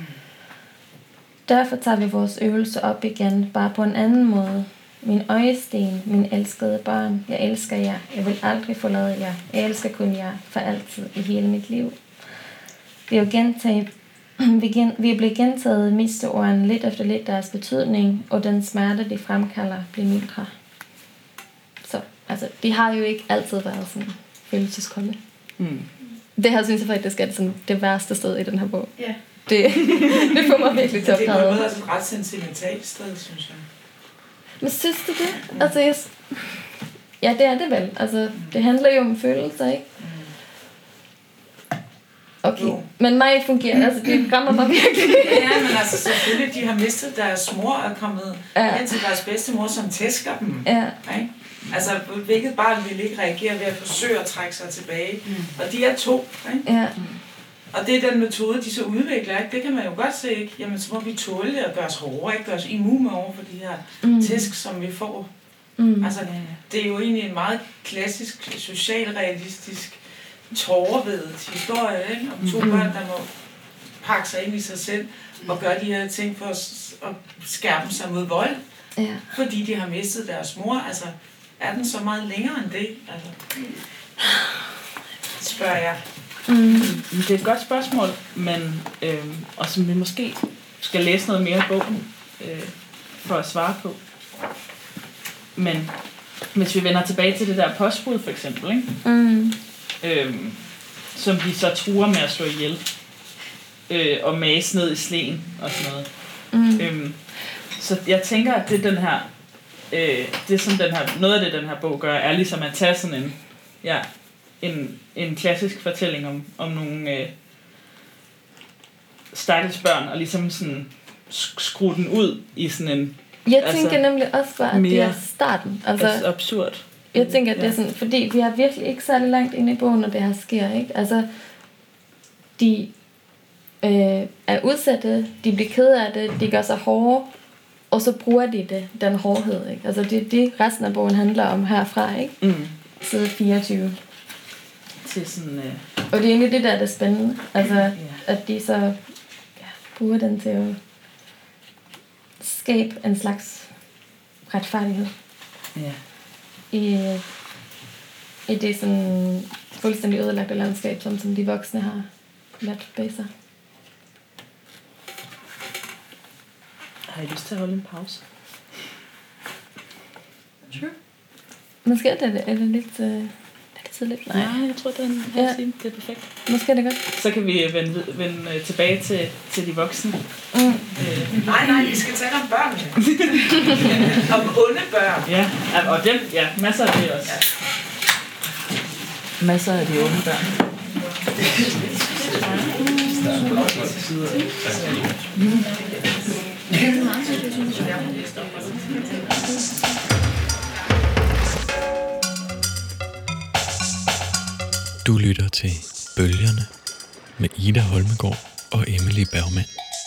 Derfor tager vi vores øvelse op igen, bare på en anden måde. Min øjesten, min elskede barn, jeg elsker jer, jeg vil aldrig forlade jer, jeg elsker kun jer for altid i hele mit liv. Vi er gentaget, vi, gen, vi er blevet gentaget misteordene lidt efter lidt deres betydning, og den smerte, de fremkalder, bliver mindre. Så, altså, de har jo ikke altid været sådan følelseskolde. Mm. Det her synes jeg faktisk er sådan det værste sted i den her bog. Ja. Det, det får mig virkelig til at prøve. prøve. Det er også et ret sentimentalt sted, synes jeg. Men synes du det? Mm. Altså, jeg... Ja, det er det vel. Altså, det handler jo om følelser, ikke? Okay, jo. Men mig fungerer, altså det rammer mig virkelig. Ja, men altså selvfølgelig, de har mistet deres mor og er kommet ja. hen til deres bedstemor, som tæsker dem. Ja. Ikke? Altså, hvilket barn vil ikke reagere ved at forsøge at trække sig tilbage. Mm. Og de er to, ikke? Ja. Og det er den metode, de så udvikler, ikke? Det kan man jo godt se, ikke? Jamen, så må vi tåle det og gøre os hårdere, ikke? Gøre os immune over for de her mm. tæsk, som vi får. Mm. Altså, det er jo egentlig en meget klassisk, socialrealistisk tårevedet historie, ikke? Om to mm. børn, der må pakke sig ind i sig selv og gøre de her ting for at skærpe sig mod vold, ja. Fordi de har mistet deres mor. Altså, er den så meget længere end det? Altså, spørger jeg. Mm. Det er et godt spørgsmål, men øh, og som vi måske skal læse noget mere i bogen øh, for at svare på. Men hvis vi vender tilbage til det der postbud for eksempel, ikke? Mm. Øh, som de så truer med at slå ihjel øh, og mase ned i sleen og sådan noget. Mm. Øh, så jeg tænker, at det den her, øh, det som den her, noget af det den her bog gør, er ligesom at tage sådan en, ja, en, en klassisk fortælling om, om nogle øh, stakkels børn og ligesom sådan skrue den ud i sådan en Jeg tænker altså, nemlig også bare, at det er starten. Altså, altså absurd. Jeg tænker, at det er sådan, fordi vi har virkelig ikke særlig langt inde i bogen, når det her sker, ikke? Altså, de øh, er udsatte, de bliver ked af det, de gør sig hårde, og så bruger de det, den hårdhed, ikke? Altså, det er det, resten af bogen handler om herfra, ikke? Mm. Side fireogtyve. Til sådan... Øh... Og det er egentlig det, der er det spændende. Altså, ja. at de så ja, bruger den til at skabe en slags retfærdighed. Ja. I, i det sådan fuldstændig ødelagte landskab, som, som de voksne har ladt bag sig. Har I lyst til at holde en pause? Sure. Måske er det, er det lidt, øh, lidt tidligt. Nej, jeg tror, det er en halv Ja. time. Det er perfekt. Måske er det godt. Så kan vi vende, vende øh, tilbage til, til de voksne. Mm. Øh, Nej, nej, vi skal tale om børnene. Om onde børn. ja, og dem, ja, masser af det også. Masser af de unge børn. Du lytter til Bølgerne med Ida Holmegård og Emily Bergman.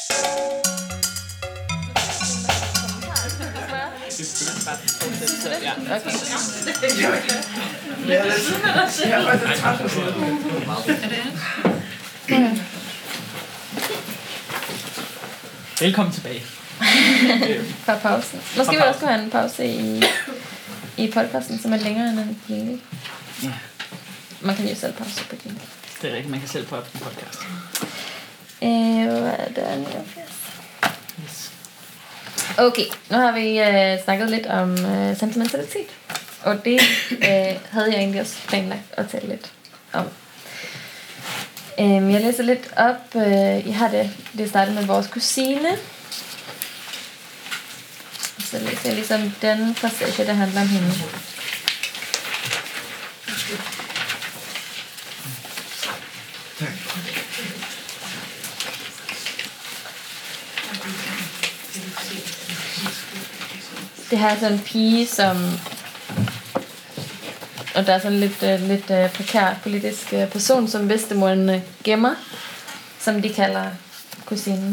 Velkommen tilbage. Fra pausen. Måske vi også kunne have en pause i, i podcasten, som er længere end en jingle. Ja. Man kan jo selv pause på jingle. Det er rigtigt, man kan selv prøve en podcast. Øh, hvad er det? niogfirs? Yes. Okay, nu har vi øh, snakket lidt om øh, sentimentalitet. Og det øh, havde jeg egentlig også planlagt at tale lidt om. Øh, jeg læser lidt op. Øh, I har det, det starter med vores kusine. Så læser jeg ligesom den passage, der handler om hende. Det her er sådan en pige, som... Og der er sådan lidt, uh, lidt uh, prekær politisk uh, person, som bedstemoren uh, gemmer, som de kalder kusinen.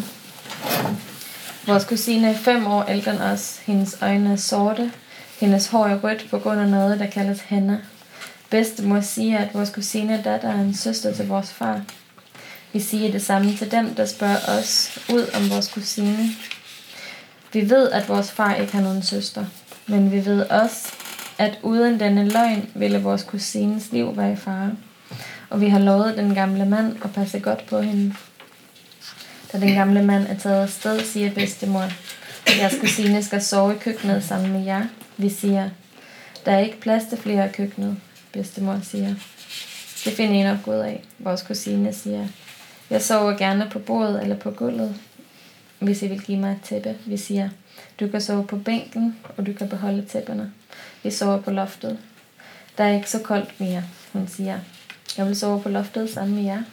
Vores kusine er fem år ældre end os. Hendes øjne er sorte. Hendes hår er rødt på grund af noget, der kaldes henna. Bedstemor siger, at vores kusine datter er en søster til vores far. Vi siger det samme til dem, der spørger os ud om vores kusine. Vi ved, at vores far ikke har nogen søster, men vi ved også, at uden denne løgn ville vores kusines liv være i fare. Og vi har lovet den gamle mand at passe godt på hende. Da den gamle mand er taget afsted, siger bedstemor, at jeres kusine skal sove i køkkenet sammen med jer. Vi siger, der er ikke plads til flere i køkkenet, bedstemor siger. Det finder I nok ud af, vores kusine siger. Jeg sover gerne på bordet eller på gulvet, hvis I vil give mig et tæppe. Vi siger, du kan sove på bænken, og du kan beholde tæpperne. Vi sover på loftet. Der er ikke så koldt mere, hun siger. Jeg vil sove på loftet sammen med jer.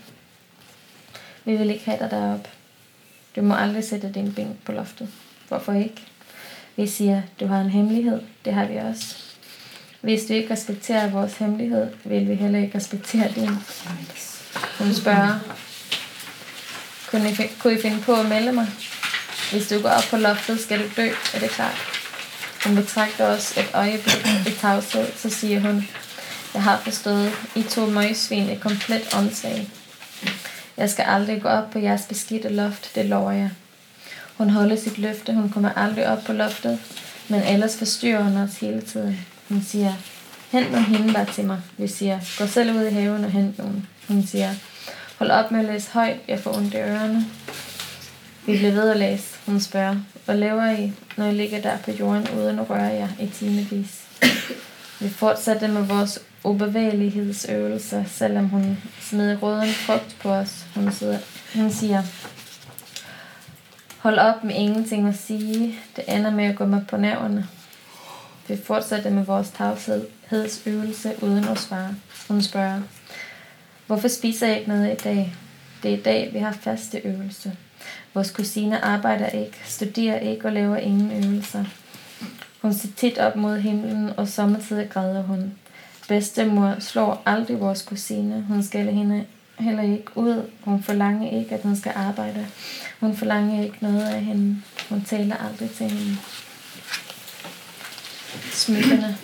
Vi vil ikke have dig deroppe. Du må aldrig sætte din ben på loftet. Hvorfor ikke? Vi siger, du har en hemmelighed. Det har vi også. Hvis du ikke respekterer vores hemmelighed, vil vi heller ikke respektere din. Hun spørger, kunne I, kunne I finde på at melde mig? Hvis du går op på loftet, skal du dø, er det klart. Hun betragter os et øjeblik i tavshed, så siger hun, jeg har forstået, I to møgsvin er komplet åndssvage. Jeg skal aldrig gå op på jeres beskidte loft, det lover jeg. Hun holder sit løfte, hun kommer aldrig op på loftet, men ellers forstyrrer hun os hele tiden. Hun siger, hent nogle hindebær til mig. Vi siger, gå selv ud i haven og hent nogen. Hun siger, hold op med at læse højt, jeg får ondt i ørerne. Vi bliver ved at læse. Hun spørger, hvad laver I, når I ligger der på jorden uden at røre jer i timevis? Vi fortsætter med vores ubevægelighedsøvelser, selvom hun smider røden frugt på os. Hun, sidder, hun siger, hold op med ingenting at sige. Det ender med at gå mig på nerverne. Vi fortsætter med vores tavshedsøvelse uden at svare. Hun spørger, hvorfor spiser jeg ikke noget i dag? Det er i dag, vi har faste øvelse. Vores kusine arbejder ikke, studerer ikke og laver ingen øvelser. Hun ser tit op mod himlen, og samtidig græder hun. Bedstemor slår aldrig vores kusine. Hun skælder hende heller ikke ud. Hun forlanger ikke, at hun skal arbejde. Hun forlanger ikke noget af hende. Hun taler aldrig til hende. Smykkerne.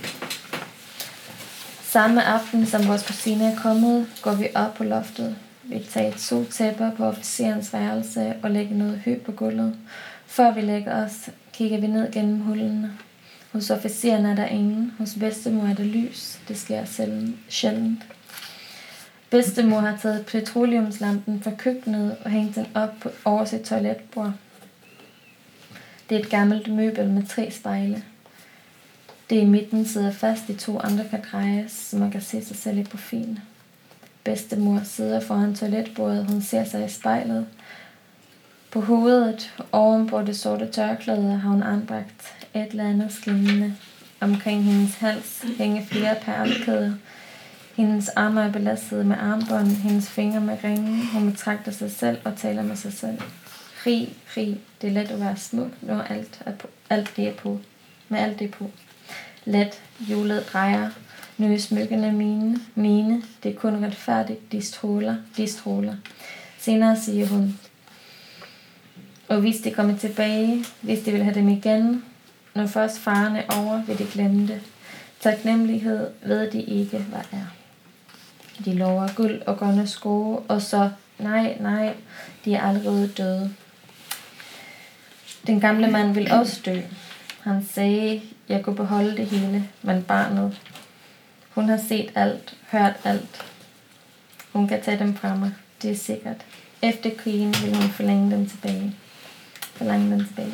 Samme aften, som vores kusine er kommet, går vi op på loftet. Vi tager to tæpper på officerens værelse og lægger noget hø på gulvet. Før vi lægger os, kigger vi ned gennem hullene. Hos officeren er der ingen. Hos bedstemor er der lys. Det sker selv sjældent. Bedstemor har taget petroleumslampen fra køkkenet og hængt den op på, over sit toiletbord. Det er et gammelt møbel med tre spejle. Det i midten sidder fast, de to andre kan drejes, så man kan se sig selv i profilen. Bedstemor sidder foran toiletbordet. Hun ser sig i spejlet. På hovedet, oven på det sorte tørklæde, har hun anbragt et eller andet skinnende. Omkring hendes hals hænger flere perlekæder. Hendes arme er belastet med armbånd, hendes fingre med ringe. Hun betragter sig selv og taler med sig selv. Rig, rig, det er let at være smuk, når alt, er på, alt det er på. Med alt det på. Let, julet drejer. Nye smykkerne mine, mine, det er kun retfærdigt, de stråler, de stråler. Senere siger hun, og hvis de kommer tilbage, hvis de vil have dem igen, når først faren er over, vil de glemme det. Taknemmelighed ved de ikke, hvad er. De lover guld og grønne sko, og så, nej, nej, de er allerede døde. Den gamle mand vil også dø. Han sagde, jeg kunne beholde det hele, men barnet. Hun har set alt, hørt alt. Hun kan tage dem fra mig, det er sikkert. Efter krigen vil hun forlænge dem tilbage. Forlænge dem tilbage.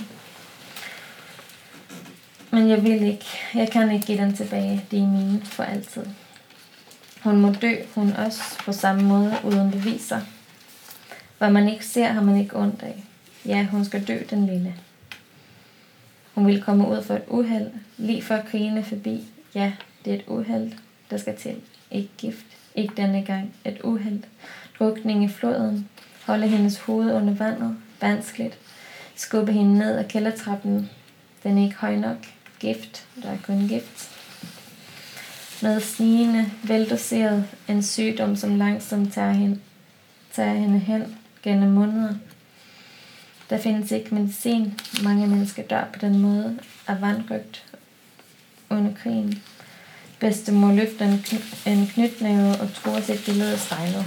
Men jeg vil ikke. Jeg kan ikke give dem tilbage. De er mine for altid. Hun må dø, hun også, på samme måde, uden beviser. Hvad man ikke ser, har man ikke ondt af. Ja, hun skal dø, den lille. Hun vil komme ud for et uheld, lige før krigen er forbi. Ja, det er et uheld, der skal til. Ikke gift. Ikke denne gang. Et uheld. Drukning i floden. Holde hendes hoved under vandet. Vanskeligt. Skubbe hende ned ad kældertrappen. Den er ikke høj nok. Gift. Der er kun gift. Noget snigende, veldoseret. En sygdom, som langsomt tager hende, tager hende hen gennem måneder. Der findes ikke medicin. Mange mennesker dør på den måde af vandrygt under krigen. Bedstemor løfter en, kn- en knytnæve og tror sit billede af spejlet.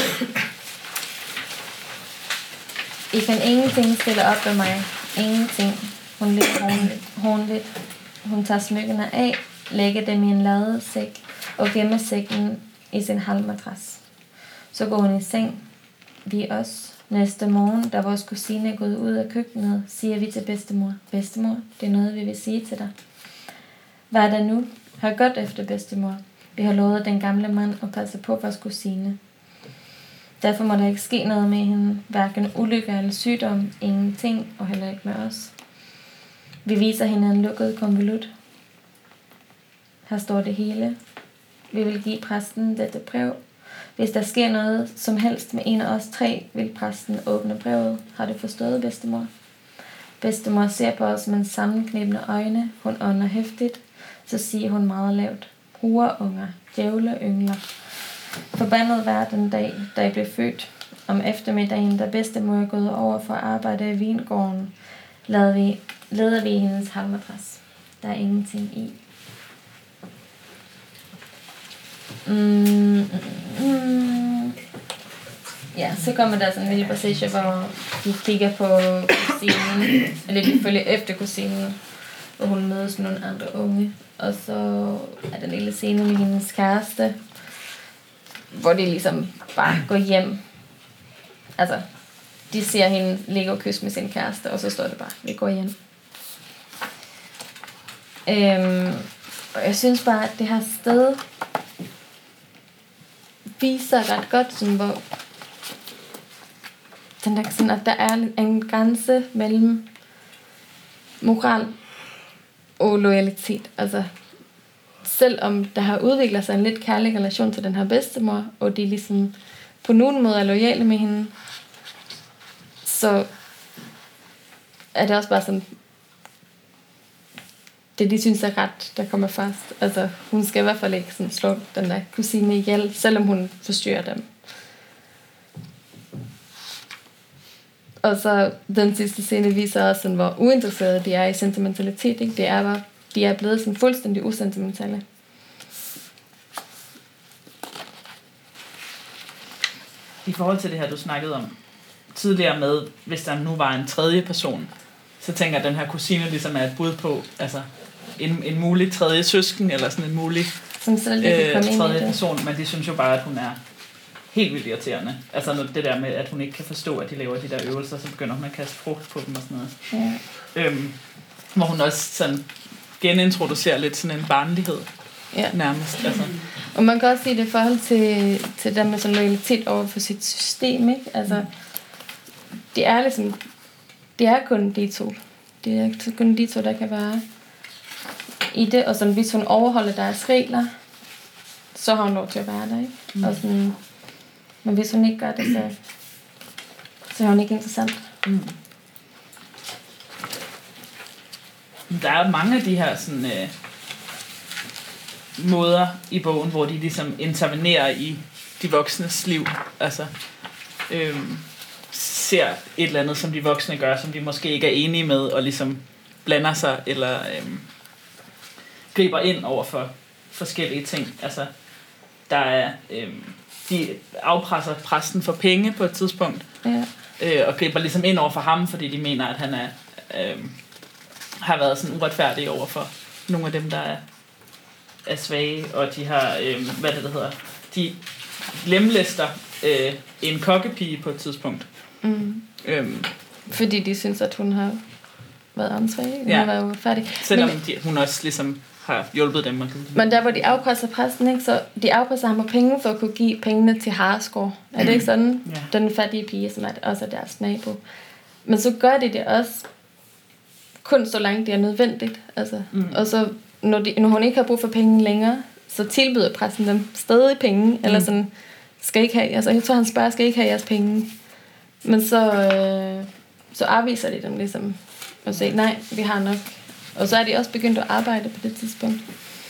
I kan ingenting stille op ved mig. Ingenting. Hun ligger håndligt. Hun tager smykkerne af, lægger dem i en ladesæk og gemmer sækken i sin halmmadras. Så går hun i seng. Vi også. Næste morgen, da vores kusine er gået ud af køkkenet, siger vi til bedstemor, bedstemor, det er noget, vi vil sige til dig. Hvad er der nu? Hør godt efter, bedstemor. Vi har lovet den gamle mand at passe på vores kusine. Derfor må der ikke ske noget med hende, hverken ulykke eller sygdom, ingenting, og heller ikke med os. Vi viser hende en lukket konvolut. Her står det hele. Vi vil give præsten dette brev. Hvis der sker noget som helst med en af os tre, vil præsten åbne brevet. Har du forstået, bedstemor? Bedstemor ser på os med sammenknebne øjne. Hun ånder hæftigt. Så siger hun meget lavt. Brugerunger, djævle yngler. Forbandet var den dag, da jeg blev født. Om eftermiddagen, da bedstemor er gået over for at arbejde i vingården, leder vi, leder vi hendes halmmadras. Der er ingenting i. Mm, mm, ja, så kommer der sådan en lille passage, hvor de kigger på kusinen, eller de følger efter kusinen, hvor hun mødes med nogle andre unge. Og så er der en lille scene med hendes kæreste, hvor de ligesom bare går hjem. Altså, de ser hende ligge og kysse med sin kæreste, og så står det bare, vi går hjem. Øhm, og jeg synes bare, at det her sted viser ret godt, sådan, hvor den der, sådan, at der er en grænse mellem moral og loyalitet. Altså, selvom der har udviklet sig en lidt kærlig relation til den her bedstemor, og de ligesom på nogen måde er loyale med hende, så er det også bare sådan, det de synes er ret, der kommer først. Altså, hun skal i hvert fald ikke sådan slå den der kusine ihjel, selvom hun forstyrrer dem. Og så den sidste scene viser også, sådan, hvor uinteresserede de er i sentimentalitet. Ikke? Det er bare, de er blevet sådan fuldstændig usentimentale. I forhold til det her, du snakkede om tidligere med, hvis der nu var en tredje person, så tænker jeg, at den her kusine ligesom er et bud på, altså en, en mulig tredje søsken, eller sådan en mulig som selv øh, tredje person, men de synes jo bare, at hun er helt vildt irriterende. Altså det der med, at hun ikke kan forstå, at de laver de der øvelser, så begynder hun at kaste frugt på dem og sådan noget. Ja. Øhm, hvor hun også sådan genintroducerer lidt sådan en barnlighed. Ja. Nærmest. Altså. Og man kan også sige det i forhold til, til det med sådan loyalitet over for sit system, ikke? Altså, mm. det er ligesom, det er kun de to. Det er kun de to, der kan være i det, og sådan, hvis hun overholder deres regler, så har hun lov til at være der, ikke? Mm. Og sådan, men hvis hun ikke gør det, så, så er hun ikke interessant. Mm. Der er mange af de her sådan, øh, måder i bogen, hvor de ligesom intervenerer i de voksnes liv. Altså øh, ser et eller andet, som de voksne gør, som de måske ikke er enige med, og ligesom blander sig, eller øh, griber ind over for forskellige ting. Altså, der er, øh, de afpresser præsten for penge på et tidspunkt, ja. øh, og griber ligesom ind over for ham, fordi de mener, at han er, øh, har været sådan uretfærdig over for nogle af dem, der er, er svage, og de har, øh, hvad det der hedder, de lemlæster øh, en kokkepige på et tidspunkt. Mm. Øhm, fordi de synes, at hun har været ansvarlig, hun ja. har været uretfærdig. Selvom Men, de, hun også ligesom har hjulpet dem. Og men der, hvor de afpresser præsten, ikke, så de afpresser ham penge for at kunne give pengene til Harsgaard. Er det ikke sådan? Ja. Den fattige pige, som er også er deres nabo. Men så gør de det også kun så langt det er nødvendigt. Altså. Mm. Og så, når, de, når hun ikke har brug for penge længere, så tilbyder præsten dem stadig penge. Mm. Eller sådan, skal ikke have, altså jeg tror, han spørger, skal ikke have jeres penge. Men så, øh, så afviser de dem ligesom. Og siger, nej, vi har nok. Og så er de også begyndt at arbejde på det tidspunkt.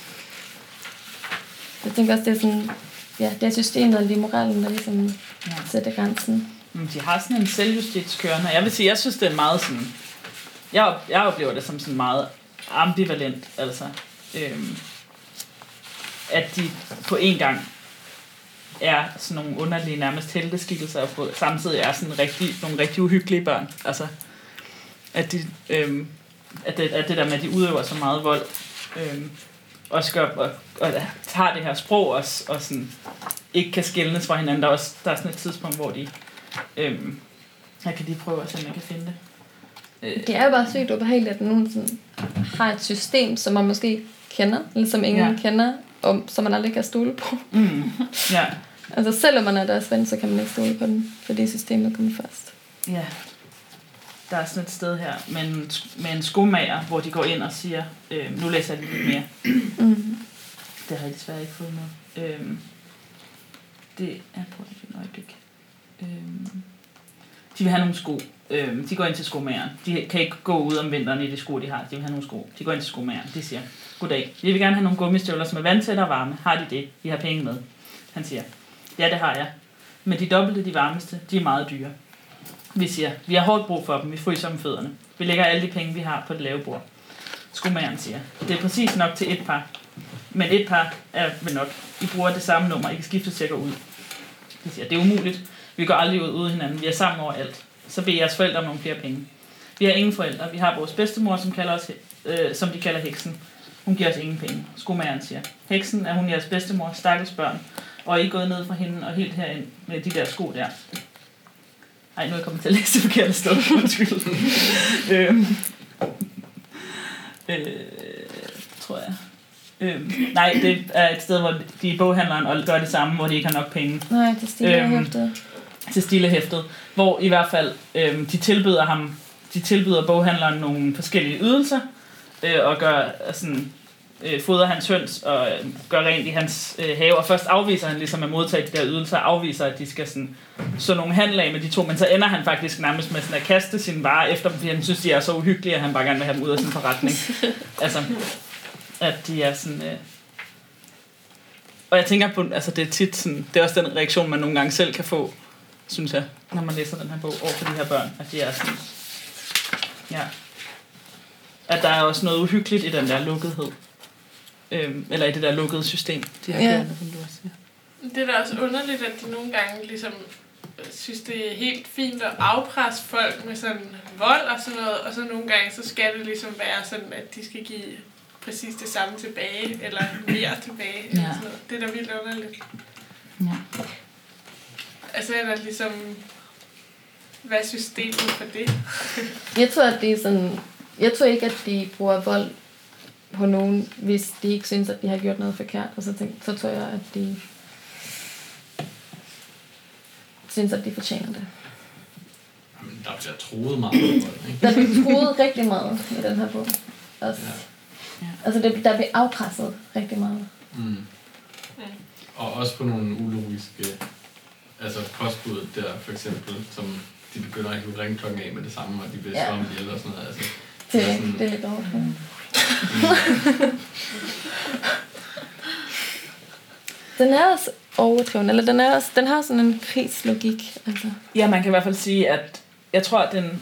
Jeg tænker også, det er sådan, ja, det er systemet og det er moralen, der ligesom ja. sætter grænsen. Men de har sådan en selvjustits kørende. Jeg vil sige, jeg synes, det er meget sådan, jeg, jeg oplever det som sådan meget ambivalent, altså, øhm, at de på en gang er sådan nogle underlige, nærmest helteskikkelser, og på, samtidig er sådan rigtig, nogle rigtig uhyggelige børn. Altså, at de, øhm, at det, at det der med, at de udøver så meget vold, øhm, også gør, og, og tager det her sprog også, og sådan, ikke kan skelnes fra hinanden. Der er, også, der er sådan et tidspunkt, hvor de, øhm, jeg kan lige prøve at se, om jeg kan finde det. Det er jo bare sygt ubehageligt, at nogen sådan har et system, som man måske kender, eller som ingen ja. kender, og som man aldrig kan stole på. Mm. Ja. Altså selvom man er deres ven, så kan man ikke stole på den, fordi systemet kommer først. Ja. Der er sådan et sted her med en, med en skomager, hvor de går ind og siger, øh, nu læser jeg lidt mere. Mm. Det har jeg desværre ikke fået med. Øh, det er på et øjeblik. Øh, de vil have nogle sko. Øh, de går ind til skomageren. De kan ikke gå ud om vinteren i de sko, de har. De vil have nogle sko. De går ind til skomageren. De siger, goddag, vi vil gerne have nogle gummistøvler, som er vandtætte og varme. Har de det? Vi har penge med. Han siger, ja, det har jeg. Men de dobbelte, de varmeste, de er meget dyre. Vi siger, vi har hårdt brug for dem, vi fryser om fødderne. Vi lægger alle de penge, vi har på det lave bord. Skomageren siger, det er præcis nok til et par. Men et par er vel nok. I bruger det samme nummer, I kan skifte til at gå ud. De siger, det er umuligt. Vi går aldrig ud uden hinanden. Vi er sammen over alt. Så beder jeres forældre om nogle flere penge. Vi har ingen forældre. Vi har vores bedstemor, som, kalder os, øh, som de kalder heksen. Hun giver os ingen penge. Skomageren siger, heksen er hun jeres bedstemor, stakkels børn. Og I er gået ned fra hende og helt herind med de der sko der. Ej, nu er jeg kommet til at læse det forkerte sted. Undskyld. øhm, øh, tror jeg. Øhm, nej, det er et sted, hvor de er boghandleren og gør det samme, hvor de ikke har nok penge. Nej, til stilehæftet. Øhm, til stilehæftet. Hvor i hvert fald, øhm, de tilbyder ham, de tilbyder boghandleren nogle forskellige ydelser, øh, og gør sådan, øh, fodrer hans høns og øh, gør rent i hans øh, have, og først afviser han ligesom at modtage de der ydelser, afviser, at de skal sådan, så nogle handler af med de to, men så ender han faktisk nærmest med sådan at kaste sine varer efter dem, fordi han synes, de er så uhyggelige, at han bare gerne vil have dem ud af sin forretning. Altså, at de er sådan... Øh... Og jeg tænker på, altså det er tit sådan, det er også den reaktion, man nogle gange selv kan få, synes jeg, når man læser den her bog over for de her børn, at de er sådan... Ja. At der er også noget uhyggeligt i den der lukkethed. Øhm, eller i det der lukkede system, de her Ja. kørende, som du også siger. Det er da også underligt, at de nogle gange ligesom synes, det er helt fint at afpresse folk med sådan vold og sådan noget, og så nogle gange, så skal det ligesom være sådan, at de skal give præcis det samme tilbage, eller mere tilbage, ja. Eller sådan noget. Det er da vildt underligt. Ja. Altså er der ligesom, hvad er systemet for det? Jeg tror, at det er sådan... Jeg tror ikke, at de bruger vold på nogen, hvis de ikke synes, at de har gjort noget forkert. Og så, tænk, så tror jeg, at de synes, at de fortjener det. Jamen, der bliver troet meget med vold, ikke? Der bliver troet rigtig meget i den her bog. Også. Ja. Altså, det, der bliver afpresset rigtig meget. Mm. Og også på nogle ulogiske, altså påskud der for eksempel, som de begynder at hive ringklokken af med det samme, og de bliver Ja. slået ihjel og sådan noget. Altså, Det, det er sådan, det er lidt over. Mm. Den er også overdreven, eller den, er også, den har sådan en krigslogik. Altså. Ja, man kan i hvert fald sige, at jeg tror, at den,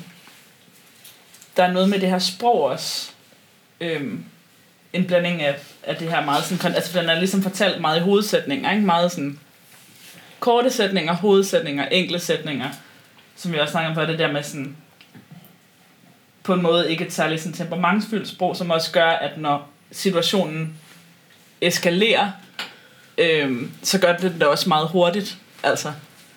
der er noget med det her sprog også. Øhm, en blanding af, af det her meget sådan... Altså, den er ligesom fortalt meget i hovedsætninger, ikke? Meget sådan korte sætninger, hovedsætninger, enkle sætninger, som vi også snakker om før, det der med sådan... på en måde ikke et særligt sådan temperamentsfyldt sprog, som også gør, at når situationen eskalerer, øhm, så gør det det også meget hurtigt. Altså,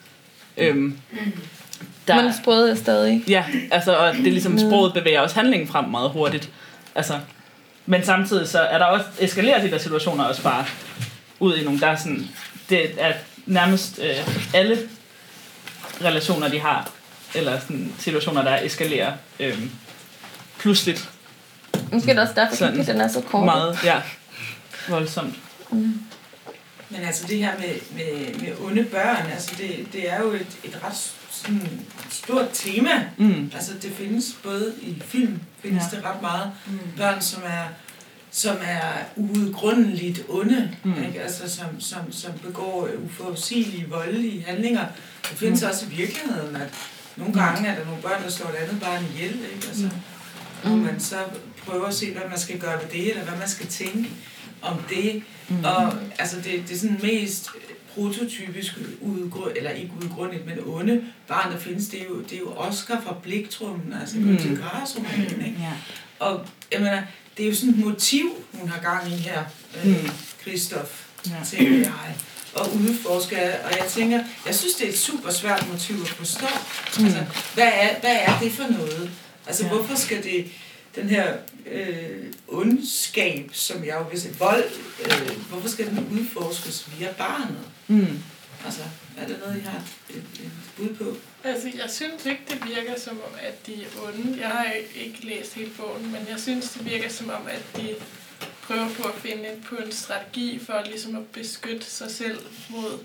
øhm, der, Men sproget er stadig... ja, altså, og det er ligesom, sproget bevæger også handlingen frem meget hurtigt. Altså, men samtidig så er der også, eskalerer de der situationer også bare ud i nogle, der er sådan, det er nærmest øh, alle relationer, de har, eller sådan situationer, der eskalerer øh, pludseligt. Måske er det også derfor, Sådan at den er så kort. meget, ja, voldsomt. Mm. Men altså det her med, med, med onde børn, altså det, det er jo et, et ret sådan, stort tema. Mm. Altså det findes både i film, findes Ja. det ret meget. Mm. Børn, som er, som er uudgrundeligt onde, Mm. ikke? Altså som, som, som begår uforudsigelige, voldelige handlinger. Det findes mm. også i virkeligheden, at nogle gange er der nogle børn, der slår et andet barn ihjel, ikke? Altså, Mm. og man så prøver at se, hvad man skal gøre ved det, eller hvad man skal tænke om det. Mm. Og altså det, det er sådan mest prototypisk, udgrund, eller ikke udgrundet, men onde barn, der findes, det er jo, det er jo Oscar fra Bliktrummen, altså Mm. Günter Grass-romanen, ikke? Ja. Og jeg mener, det er jo sådan et motiv, hun har gang i her, øh, Mm. Christoph, Ja. tænker jeg, og udforsker, og jeg tænker, jeg synes, det er et super svært motiv at forstå. Mm. Altså, hvad er, hvad er det for noget? Altså, Ja. hvorfor skal det, den her øh, ondskab, som jeg jo vil sige, vold, øh, hvorfor skal den udforskes via barnet? Mm. Altså, er det noget, I har et, et, et bud på? Altså, jeg synes ikke, det virker som om, at de er onde. Jeg har ikke læst hele bogen, men jeg synes, det virker som om, at de prøver på at finde på en strategi for ligesom at beskytte sig selv mod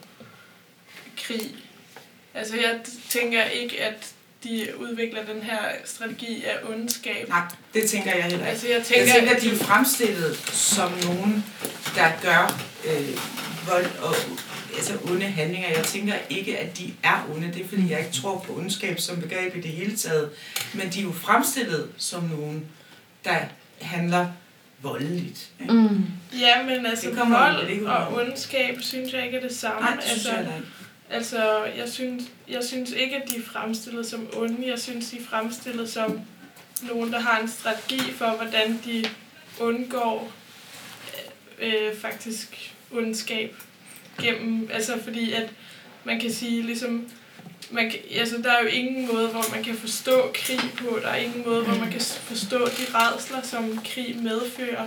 krig. Altså, jeg tænker ikke, at de udvikler den her strategi af ondskab. Nej, det tænker jeg heller ikke. Altså, jeg tænker, Jeg tænker, at at de er fremstillet som nogen, der gør øh, vold og altså onde handlinger. Jeg tænker ikke, at de er onde. Det er, fordi jeg ikke tror på ondskab som begreb i det hele taget. Men de er jo fremstillet som nogen, der handler voldeligt. Ikke? Mm. Ja, men altså, Det kommer jo vold ikke ud og af. ondskab synes jeg ikke er det samme. Nej, det synes altså, jeg heller ikke. Altså, jeg synes, jeg synes ikke, at de er fremstillet som onde. Jeg synes, de er fremstillet som nogen, der har en strategi for, hvordan de undgår øh, faktisk ondskab gennem, altså fordi at man kan sige ligesom, man kan, altså der er jo ingen måde, hvor man kan forstå krig på, der er ingen måde, hvor man kan forstå de rædsler, som krig medfører.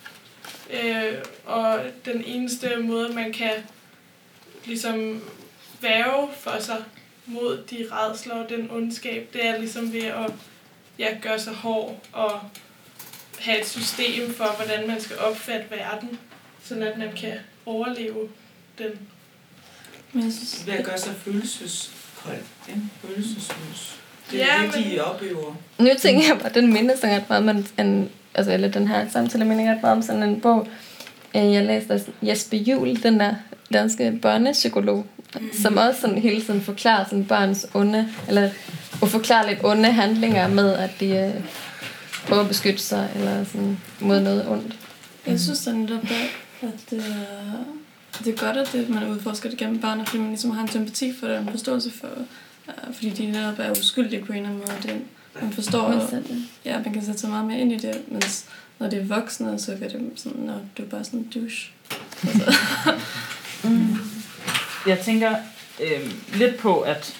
Øh, og den eneste måde, man kan ligesom værge for sig mod de rædsler og den ondskab, det er ligesom ved at ja, gøre sig hård og have et system for, hvordan man skal opfatte verden, sådan at man kan overleve den. Men jeg synes, ved at gøre sig følelseskoldt, ikke? Følelsesløs. Det er Ja, det, men- de oplever. Nu tænker jeg bare, den minder sådan ret meget om en, altså, eller den her samtale minder ret meget om sådan en bog, øh, jeg læste af Jesper Juhl, den der danske børnepsykolog, mm. som også sådan hele tiden forklarer sådan børns onde, eller uforklarligt onde handlinger med, at de øh, prøver at beskytte sig, eller sådan mod noget ondt. Jeg synes da netop, at det er, det er godt, at det, man udforsker det gennem børn, fordi man ligesom har en sympati for det, og en forståelse for, uh, fordi de netop er uskyldige på en eller anden måde. Det, man forstår, ja, man kan sætte sig meget mere ind i det, mens når det er voksne, så kan det sådan, når du er bare sådan en douche. Altså. Mm. Jeg tænker øh, lidt på, at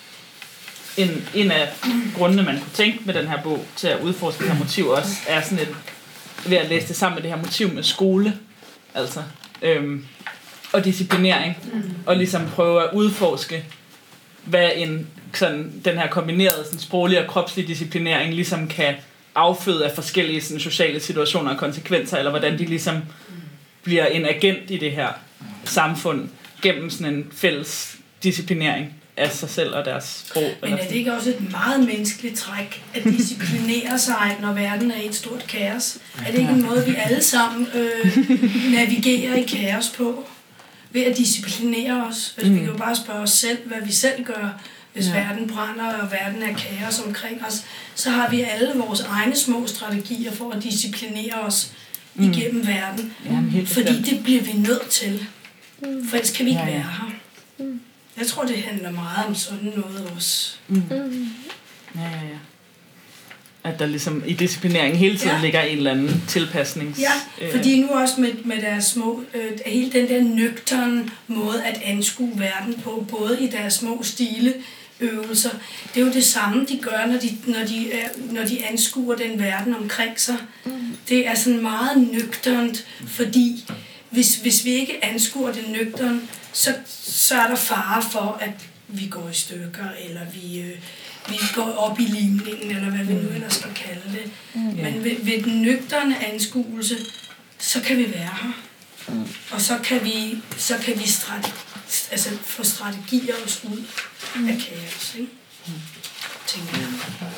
en, en af grundene, man kunne tænke med den her bog til at udforske det her motiv også, er sådan et, ved at læse det sammen med det her motiv med skole, altså, øhm, og disciplinering, og ligesom prøve at udforske, hvad en sådan, den her kombinerede sådan, sproglige og kropslige disciplinering ligesom kan afføde af forskellige sådan, sociale situationer og konsekvenser, eller hvordan de ligesom bliver en agent i det her samfund gennem sådan en fælles disciplinering af sig selv og deres sprog. Men er det ikke også et meget menneskeligt træk at disciplinere sig, når verden er et stort kaos? Er det ikke en måde, vi alle sammen øh, navigerer i kaos på? Ved at disciplinere os? Altså, mm. Vi kan jo bare spørge os selv, hvad vi selv gør, hvis ja. verden brænder og verden er kaos omkring os. Så har vi alle vores egne små strategier for at disciplinere os mm. igennem verden. Jamen, fordi det bliver vi nødt til. For ellers kan vi ikke ja, ja. være her. Mm. Jeg tror, det handler meget om sådan noget også. Mm. Mm. Ja, ja, ja. At der ligesom i disciplinering hele tiden ja. ligger en eller anden tilpasnings... Ja, fordi nu også med, med deres små... Øh, hele den der nøgterne måde at anskue verden på, både i deres små stile øvelser. Det er jo det samme, de gør, når de, når de, er, når de anskuer den verden omkring sig. Mm. Det er sådan meget nøgternt, fordi hvis, hvis vi ikke anskuer det nøgterne, så, så er der fare for, at vi går i stykker, eller vi, øh, vi går op i limningen, eller hvad vi nu ellers skal kalde det. Mm. Men ved, ved den nøgterne anskuelse, så kan vi være her. Mm. Og så kan vi, så kan vi strate, altså få strategier os ud mm. af kaos, ikke? Mm. Tænker jeg.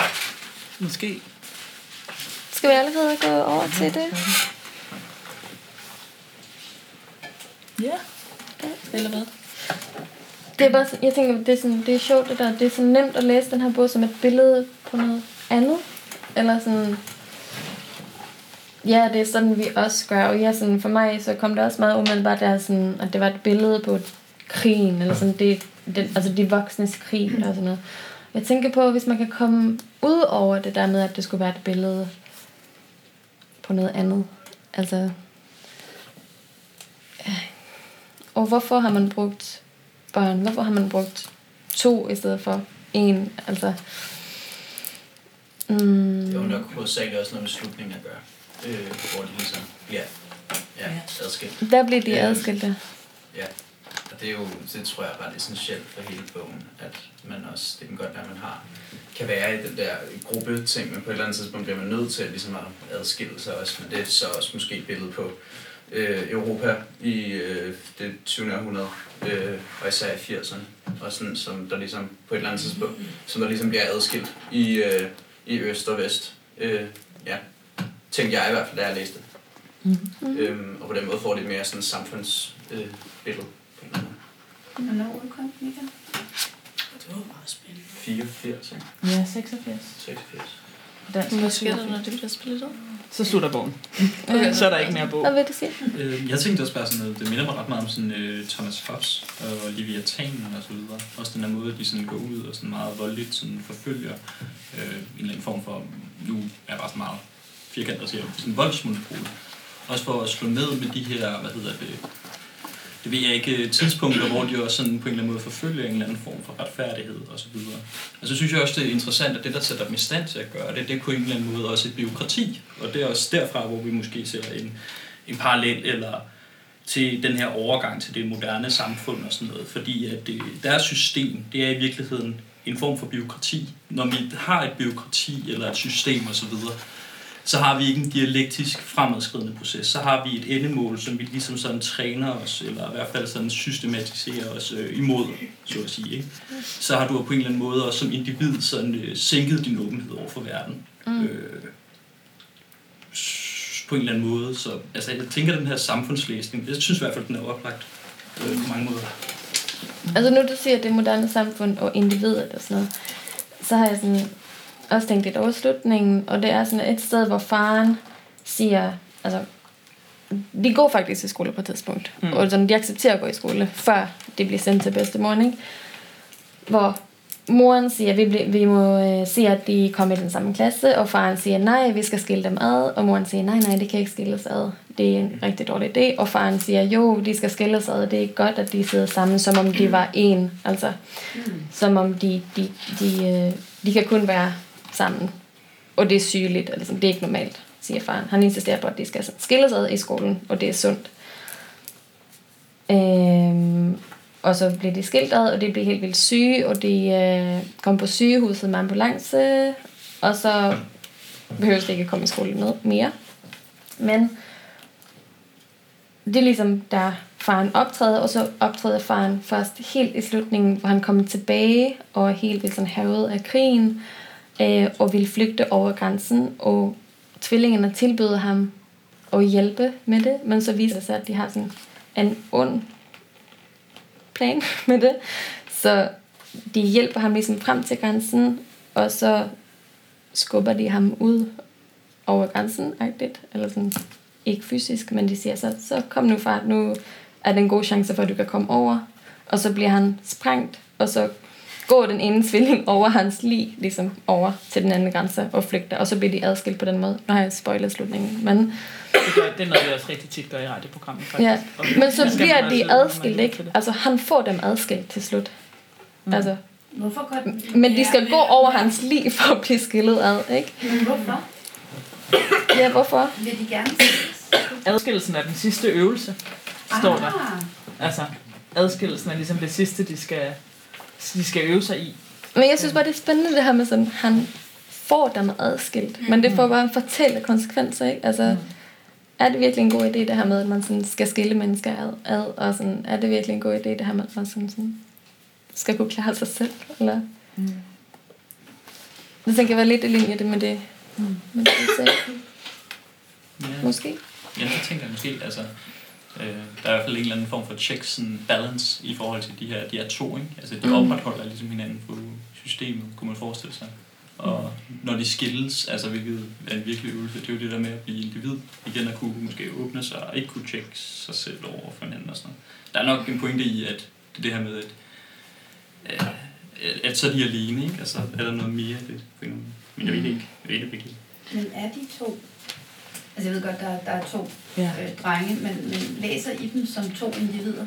Måske. Skal vi allerede gå over til det? Ja. Eller hvad? Det er bare, jeg tænker, det er, sådan, det er sjovt, det der. Det er sådan nemt at læse den her bog som et billede på noget andet. Eller sådan... Ja, det er sådan, vi også gør. Og ja, sådan, for mig så kom det også meget umiddelbart, der, sådan, at det var et billede på krigen. Eller sådan, det, det, altså de voksnes krig og sådan noget. Jeg tænker på, hvis man kan komme ud over det der med, at det skulle være et billede på noget andet. Altså... Ja. Og hvorfor har man brugt børn? Hvorfor har man brugt to i stedet for en? Altså, mm. Det var nok hovedsageligt også noget med slutningen at gøre, øh, hvor de ligesom bliver ja, adskilt. Der bliver de øh, adskilte. Ja, og det er jo, det tror jeg er ret essentielt for hele bogen, at man også, det kan godt være, at man har, kan være i den der gruppe ting, men på et eller andet tidspunkt bliver man nødt til ligesom at adskille sig også, men det er så også måske et billede på Øh, Europa i øh, det tyvende århundrede, øh, og især i firserne, og sådan, som der ligesom på et eller andet tidspunkt, som der ligesom bliver adskilt i, øh, i øst og vest. Øh, ja, tænkte jeg i hvert fald, da jeg læste det. Mm-hmm. Øhm, og på den måde får det mere sådan et samfundsbillede øh, på en eller anden måde. Hvornår udkom den igen? Det var meget spændende. fireogfirs, ikke? Ja, seksogfirs. seksogfirs. Dansk. Hvad sker der, når det bliver spillet ud? Så slutter bogen. Okay. Så er der ikke mere bog. Hvad vil du sige? Øh, jeg tænkte også bare sådan noget, det minder mig ret meget om sådan, uh, Thomas Hobbes og Leviathanen og så videre. Også den her måde, de sådan går ud og sådan meget voldeligt sådan forfølger øh, en eller anden form for, nu er jeg bare så meget firkantet og siger, sådan voldsmonopol. Også for at slå ned med de her, hvad hedder det, det ved jeg ikke, tidspunkter, hvor de også sådan på en eller anden måde forfølger en eller anden form for retfærdighed og så videre. Og så synes jeg også, det er interessant, at det, der sætter dem i stand til at gøre det, det er på en eller anden måde også et bureaukrati. Og det er også derfra, hvor vi måske ser en, en parallel eller til den her overgang til det moderne samfund og sådan noget. Fordi at det, deres system, det er i virkeligheden en form for bureaukrati. Når vi har et bureaukrati eller et system og så videre, så har vi ikke en dialektisk fremadskridende proces. Så har vi et endemål, som vi ligesom sådan træner os, eller i hvert fald sådan systematiserer os øh, imod, så at sige. Ikke? Så har du på en eller anden måde også som individ sådan, øh, sænket din åbenhed over for verden. Mm. Øh, på en eller anden måde. Så altså, jeg tænker, den her samfundslæsning, jeg synes i hvert fald, den er oplagt øh, på mange måder. Altså nu du siger det moderne samfund og individet og sådan noget, så har jeg sådan også tænkt lidt over slutningen, og det er sådan et sted, hvor faren siger, altså de går faktisk i skole på et tidspunkt, mm. og sådan, de accepterer at gå i skole, før de bliver sendt til bedstemor, ikke? Hvor moren siger, at vi, ble, vi må øh, sige, at de kommer i den samme klasse, og faren siger, nej, vi skal skille dem ad, og moren siger, nej, nej, det kan ikke skilles ad. Det er en rigtig dårlig idé, og faren siger, jo, de skal skilles ad, det er godt, at de sidder sammen, som om de var en, altså, mm. som om de, de, de, øh, de kan kun være sammen, og det er sygeligt, altså, det er ikke normalt, siger faren. Han insisterer på, at de skal skilles ad i skolen, og det er sundt. Øhm, og så bliver de skilt ad, og de bliver helt vildt syge, og de øh, kommer på sygehuset med ambulance, og så behøver de ikke komme i skole med mere. Men det er ligesom, der faren optræder, og så optræder faren først helt i slutningen, hvor han kommer tilbage, og er helt vildt sådan havet af krigen, øh, og vil flygte over grænsen, og tvillingerne tilbyder ham at hjælpe med det, men så viser det sig, at de har sådan en ond plan med det, så de hjælper ham ligesom frem til grænsen, og så skubber de ham ud over grænsen, eller sådan, ikke fysisk, men de siger så, så kom nu far, nu er det en god chance for, at du kan komme over, og så bliver han sprængt, og så går den ene tvilling over hans lig, ligesom over til den anden grænse og flygter, og så bliver de adskilt på den måde. Nu har jeg spoilet slutningen, men det, gør, det er noget, vi også rigtig tit gør i radioprogrammet, faktisk. Ja, men så bliver de adskilt, ikke? Altså, han får dem adskilt til slut. Mm. Altså, hvorfor godt? Men de skal gå over hans lig for at blive skillet ad, ikke? Men hvorfor? Ja, hvorfor? Vil de gerne skilles? Adskillelsen er den sidste øvelse, står ah. der. Altså, adskillelsen er ligesom det sidste, de skal, de skal øve sig i. Men jeg synes bare, det er spændende det her med sådan, han får dem adskilt, mm. men det får bare en fatale konsekvenser, ikke? Altså, mm. er det virkelig en god idé, det her med, at man sådan skal skille mennesker ad, ad og sådan, er det virkelig en god idé, det her med, at man sådan, sådan skal kunne klare sig selv, eller? Mm. Det tænker jeg var lidt i linje det med det, mm. med det, du sagde. Ja. Måske? Ja, det tænker jeg måske, altså, øh, der er i hvert fald en eller anden form for checks and balance i forhold til de her, de her to, ikke? Altså, de mm. opretholder ligesom hinanden på systemet, kunne man forestille sig. Og når de skilles, altså hvilket er en virkelig øvelse, det er jo det der med at blive individ, igen at kunne måske åbne sig og ikke kunne tjekke sig selv over for hinanden og sådan noget. Der er nok en pointe i, at det, det her med, at, at, at så er de alene, ikke? Altså, er der noget mere i det? Men jeg ved det ikke. Jeg ved det ikke. Men er de to? Altså jeg ved godt, der, der er to ja. øh, drenge, men, men læser I dem som to individer?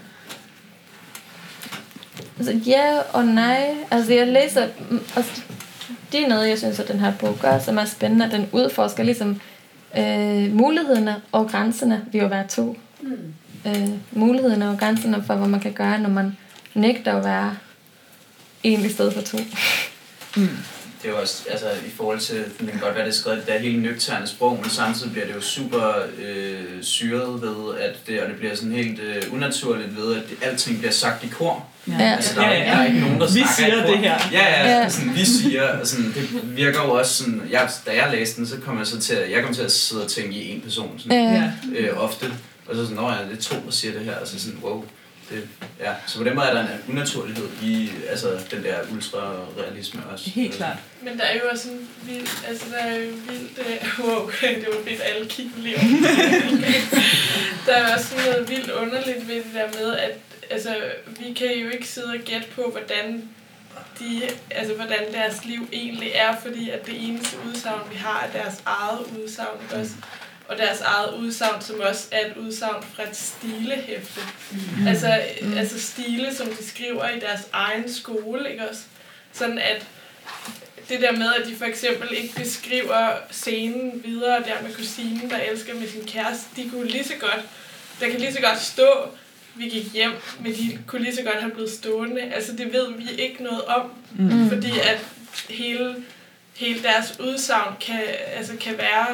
Altså ja og nej. Altså jeg læser... Altså, det er noget, jeg synes, at den her bog gør, som er spændende, at den udforsker ligesom øh, mulighederne og grænserne ved at være to. Mm. Øh, mulighederne og grænserne for, hvad man kan gøre, når man nægter at være en i stedet for to. Mm. Det er jo også, altså i forhold til, det kan godt være, det er skrevet, det er helt nøgterne sprog, men samtidig bliver det jo super øh, syret ved, at det, og det bliver sådan helt øh, unaturligt ved, at det, alting bliver sagt i kor. Ja. Altså, der, ja, ja. der er ikke nogen, der vi snakker siger i kor. Det her. Ja, ja, ja. Sådan, vi siger, sådan, det virker jo også sådan, jeg, da jeg læste den, så kom jeg så til, jeg kom til at sidde og tænke i en person, sådan, ja. øh, ofte. Og så sådan, nå ja, det er to, der siger det her, og så sådan, wow. Det, ja. Så på den måde er der en unaturlighed i altså, den der ultrarealisme også. Helt klart. Men der er jo også en vild, altså der er jo vildt, uh, wow, det var fedt, alle kigger lige Der er også sådan noget vildt underligt ved det der med, at altså, vi kan jo ikke sidde og gætte på, hvordan de, altså hvordan deres liv egentlig er, fordi at det eneste udsagn, vi har, er deres eget udsagn også. Og deres eget udsagn, som også er et udsagn fra et stilehæfte. Mm. Altså, mm. altså stile, som de skriver i deres egen skole, ikke også? Sådan at det der med, at de for eksempel ikke beskriver scenen videre, der med kusinen, der elsker med sin kæreste, de kunne lige så godt, der kan lige så godt stå, vi gik hjem, men de kunne lige så godt have blevet stående. Altså det ved vi ikke noget om, mm. fordi at hele, hele deres udsagn kan, altså, kan være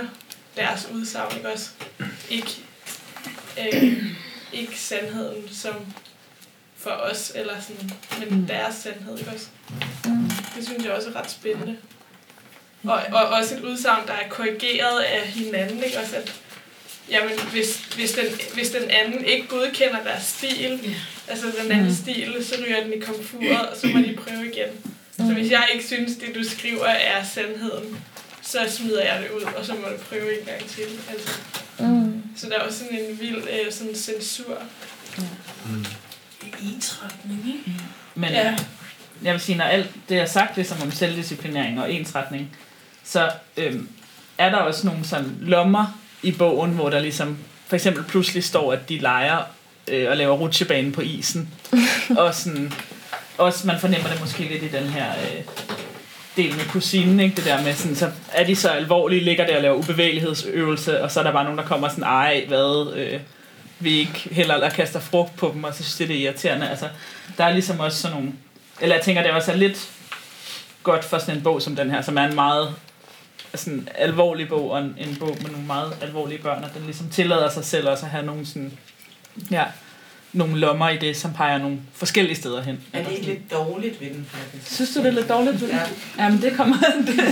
deres udsagn, ikke også? Ikke, øh, ikke sandheden som for os, eller sådan, men mm. deres sandhed, ikke også? Mm. Det synes jeg også er ret spændende. Og, og også et udsagn, der er korrigeret af hinanden, ikke også? At, jamen, hvis, hvis, den, hvis den anden ikke godkender deres stil, yeah. altså den anden mm. stil, så ryger den i komfuret, og så må de prøve igen. Mm. Så hvis jeg ikke synes, det du skriver er sandheden, så smider jeg det ud, og så må du prøve en gang til. Altså. Mm. Så der er også sådan en vild øh, sådan censur. Ja. Mm. Ensretning, ikke? Men ja. Jeg vil sige, når alt det er sagt ligesom om selvdisciplinering og ensretning, så øhm, er der også nogle sådan lommer i bogen, hvor der ligesom for eksempel pludselig står, at de leger øh, og laver rutsjebane på isen. Og sådan, også man fornemmer det måske lidt i den her øh, del med kusinen, ikke? Det der med sådan, så er de så alvorlige, ligger der og laver ubevægelighedsøvelse, og så er der bare nogen, der kommer sådan, ej, hvad, øh, vi ikke heller eller kaster frugt på dem, og så synes det er irriterende. Altså, der er ligesom også sådan nogle, eller jeg tænker, det også er lidt godt for sådan en bog som den her, som er en meget sådan alvorlig bog, og en, en bog med nogle meget alvorlige børn, og den ligesom tillader sig selv også at have nogle sådan, ja, nogle lommer i det, som peger nogle forskellige steder hen. Er det ikke lidt dårligt ved den, faktisk? Synes du, det er lidt dårligt ved den? Ja. Jamen, det kommer...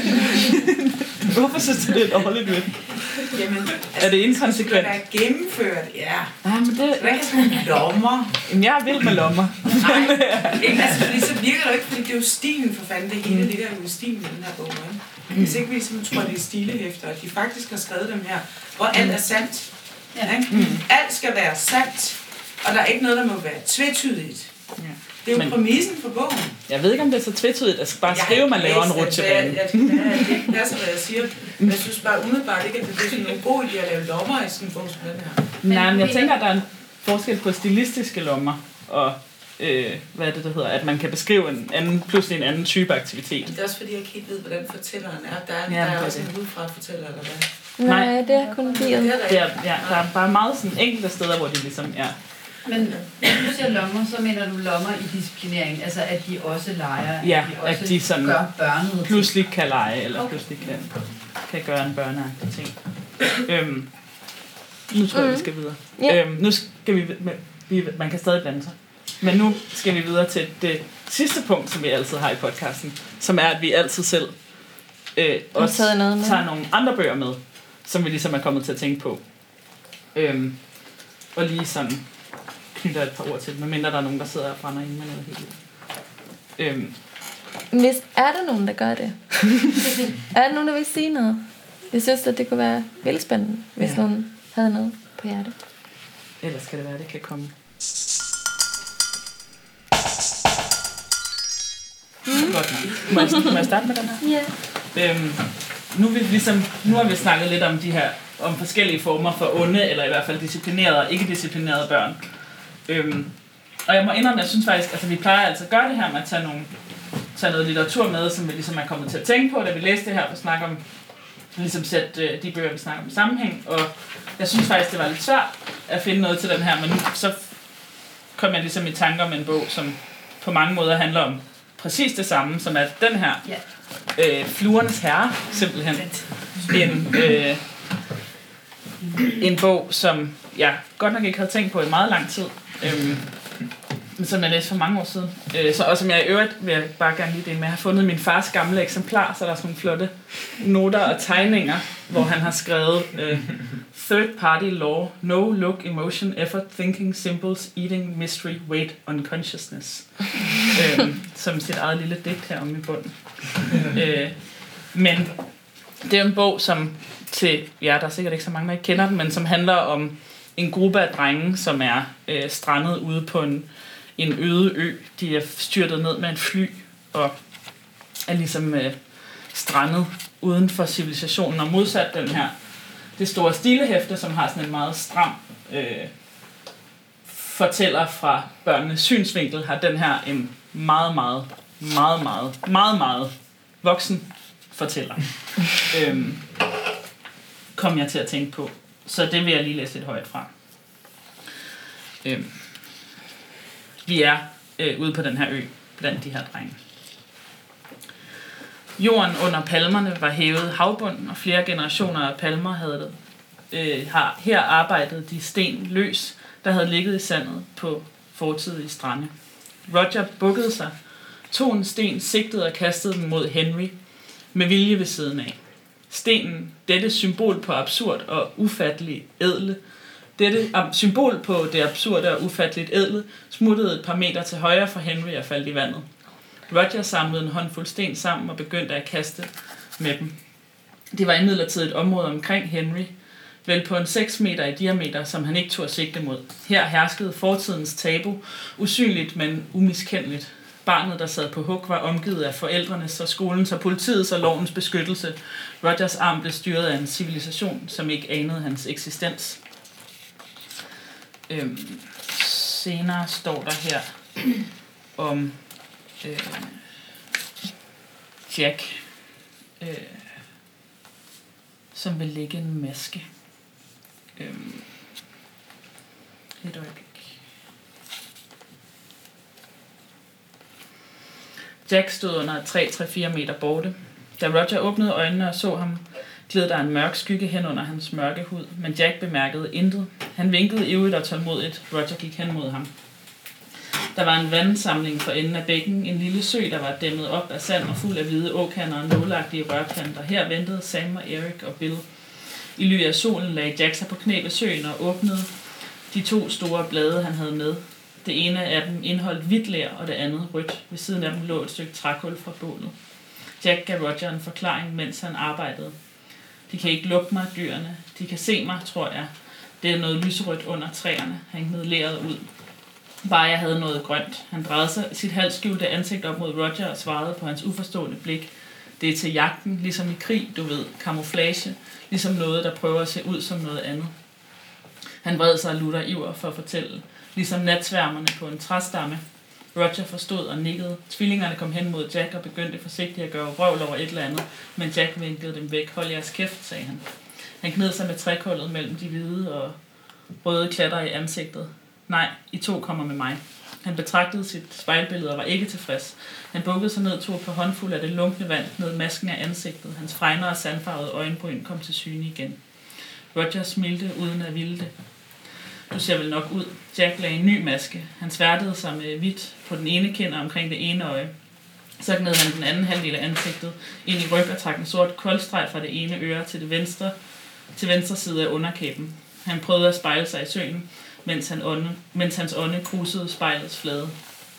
Hvorfor synes du, det er dårligt ved den? Jamen, altså, er det inkonsekvent? Det skal være gennemført, ja. Ja, men det... Hvad kan sådan nogle lommer? Jamen, jeg er vild med lommer. Nej, ikke, altså, fordi så virker det jo ikke, fordi det er jo stilen for fanden. Det hele ligger jo i stilen i den her bog, ikke? Hvis ikke vi simpelthen tror, det er stilehæfter, og de faktisk har skrevet dem her, hvor alt er sandt. Ja, ikke? Mm. Alt skal være sandt, og der er ikke noget, der må være tvetydigt. Ja. Det er jo men, præmissen for bogen. Jeg ved ikke, om det er så tvetydigt, at bare skrive, at man laver en rutsjebane. Jeg, jeg, jeg, det passer, hvad jeg siger. Men jeg synes bare umiddelbart ikke, at det er sådan en god idé at lave lommer i sådan en bog som den her. Nej, men jeg tænker, at der er en forskel på stilistiske lommer, og øh, hvad er det, der hedder, at man kan beskrive en anden, pludselig en anden type aktivitet. Det er også fordi, jeg ikke helt ved, hvordan fortælleren er. Der er, ja, der er også det. En udefra fortæller, eller hvad? Nej, det er kun bilen. Det er, ja, der er bare meget sådan enkelte steder, hvor de ligesom er. Men når du siger lommer, så mener du lommer i disciplinering, altså at de også leger, ja, at de også at de sådan gør børnene pludselig ting. Kan lege, eller okay. pludselig kan, kan gøre en børneagtig ting. øhm, nu tror jeg, mm. vi skal videre. Yeah. Øhm, nu skal vi, vi, man kan stadig blande sig. Men nu skal vi videre til det sidste punkt, som vi altid har i podcasten, som er, at vi altid selv øh, også tager nogle andre bøger med, som vi ligesom er kommet til at tænke på. Øhm, og lige sådan knytter et par ord til, medmindre der er nogen, der sidder og brænder inde med noget helt øhm. Hvis er der nogen, der gør det? Er der nogen, der vil sige noget? Jeg synes, at det kunne være vildt spændende, hvis ja. nogen havde noget på hjertet. Ellers kan det være, at det kan komme. Mm. Godt nok. Må jeg, må jeg starte med den her? Ja. Øhm, nu, vi ligesom, nu har vi snakket lidt om de her om forskellige former for onde, eller i hvert fald disciplinerede og ikke-disciplinerede børn. Øhm, og jeg må indrømme, jeg synes faktisk, altså vi plejer altså at gøre det her med at tage, nogle, tage noget litteratur med, som vi ligesom er kommet til at tænke på, da vi læste det her, og snakke om, ligesom sætte øh, de bøger, vi snakker om i sammenhæng. Og jeg synes faktisk, det var lidt svært at finde noget til den her, men nu så kom jeg ligesom i tanker om en bog, som på mange måder handler om præcis det samme, som er den her. Øh, Fluernes Herre, simpelthen. En, øh, en bog, som jeg godt nok ikke havde tænkt på i meget lang tid, øhm, men som jeg læste for mange år siden. Øh, så, og som jeg i øvrigt vil jeg bare gerne lige dele med. Jeg har fundet min fars gamle eksemplar, så der er sådan nogle flotte noter og tegninger, hvor han har skrevet øh, Third Party Law, No Look, Emotion, Effort, Thinking, Symbols, Eating, Mystery, Weight, Unconsciousness. øh, som sit eget lille digt her om i bunden. øh, men det er en bog, som til, ja, der er sikkert ikke så mange, der ikke kender den, men som handler om en gruppe af drenge, som er øh, strandet ude på en, en øde ø. De er styrtet ned med en fly, og er ligesom øh, strandet uden for civilisationen, og modsat den her, det store stilehæfte, som har sådan en meget stram øh, fortæller fra børnenes synsvinkel, har den her en meget, meget, meget, meget, meget, meget voksen fortæller. øhm, kom jeg til at tænke på. Så det vil jeg lige læse lidt højt fra. Øhm, vi er øh, ude på den her ø, blandt de her drenge. Jorden under palmerne var hævet havbunden, og flere generationer af palmer havde øh, har her arbejdet de sten løs, der havde ligget i sandet på fortidige strande. Roger bukkede sig, tog en sten, sigtede og kastede dem mod Henry, med vilje ved siden af. Stenen, dette symbol på absurd og ufattelig ædle, dette symbol på det absurde og ufatteligt ædle, smuttede et par meter til højre for Henry og faldt i vandet. Roger samlede en håndfuld sten sammen og begyndte at kaste med dem. Det var imidlertid et område omkring Henry, vel på en seks meter i diameter, som han ikke turde sigte mod. Her herskede fortidens tabu, usynligt, men umiskendeligt. Barnet, der sad på hug, var omgivet af forældrenes og skolens og politiets og lovens beskyttelse. Rogers arm blev styret af en civilisation, som ikke anede hans eksistens. Øhm, senere står der her om øh, Jack, øh, som vil lægge en maske. Øhm, et øjeblik. Jack stod under et træ tre til fire meter borte. Da Roger åbnede øjnene og så ham, gled der en mørk skygge hen under hans mørke hud, men Jack bemærkede intet. Han vinkede ivrigt og tålmodigt. Roger gik hen mod ham. Der var en vandsamling for enden af bækken, en lille sø, der var dæmmet op af sand og fuld af hvide åkander og nålagtige rørplanter. Her ventede Sam og Eric og Bill. I ly af solen lagde Jack sig på knæ ved søen og åbnede de to store blade, han havde med. Det ene af dem indeholdt hvidt ler, og det andet rødt. Ved siden af dem lå et stykke trækul fra bålet. Jack gav Roger en forklaring, mens han arbejdede. De kan ikke lugte mig, dyrene. De kan se mig, tror jeg. Det er noget lyserødt under træerne. Han gned leret ud. Bare jeg havde noget grønt. Han drejede sig sit halvskjulte ansigt op mod Roger og svarede på hans uforstående blik. Det er til jagten, ligesom i krig, du ved. Camouflage, ligesom noget, der prøver at se ud som noget andet. Han vred sig og lutter iver for at fortælle. Ligesom natsværmerne på en træstamme. Roger forstod og nikkede. Tvillingerne kom hen mod Jack og begyndte forsigtigt at gøre røvl over et eller andet, men Jack vinkede dem væk. Hold jeres kæft, sagde han. Han gned sig med trækullet mellem de hvide og røde klatter i ansigtet. Nej, I to kommer med mig. Han betragtede sit spejlbillede og var ikke tilfreds. Han bukkede sig ned, tog på håndfuld af det lunkne vand ned masken af ansigtet. Hans fregner og sandfarvede øjenbryn kom til syne igen. Roger smilte uden at ville det. Du ser vel nok ud. Jack lagde en ny maske. Han sværtede sig med hvidt på den ene kind og omkring det ene øje. Så gned han den anden halvdel af ansigtet ind i ryg og trak en sort koldstreg fra det ene øre til det venstre, til venstre side af underkæben. Han prøvede at spejle sig i søen, mens, han ånde, mens hans ånde krusede spejlets flade.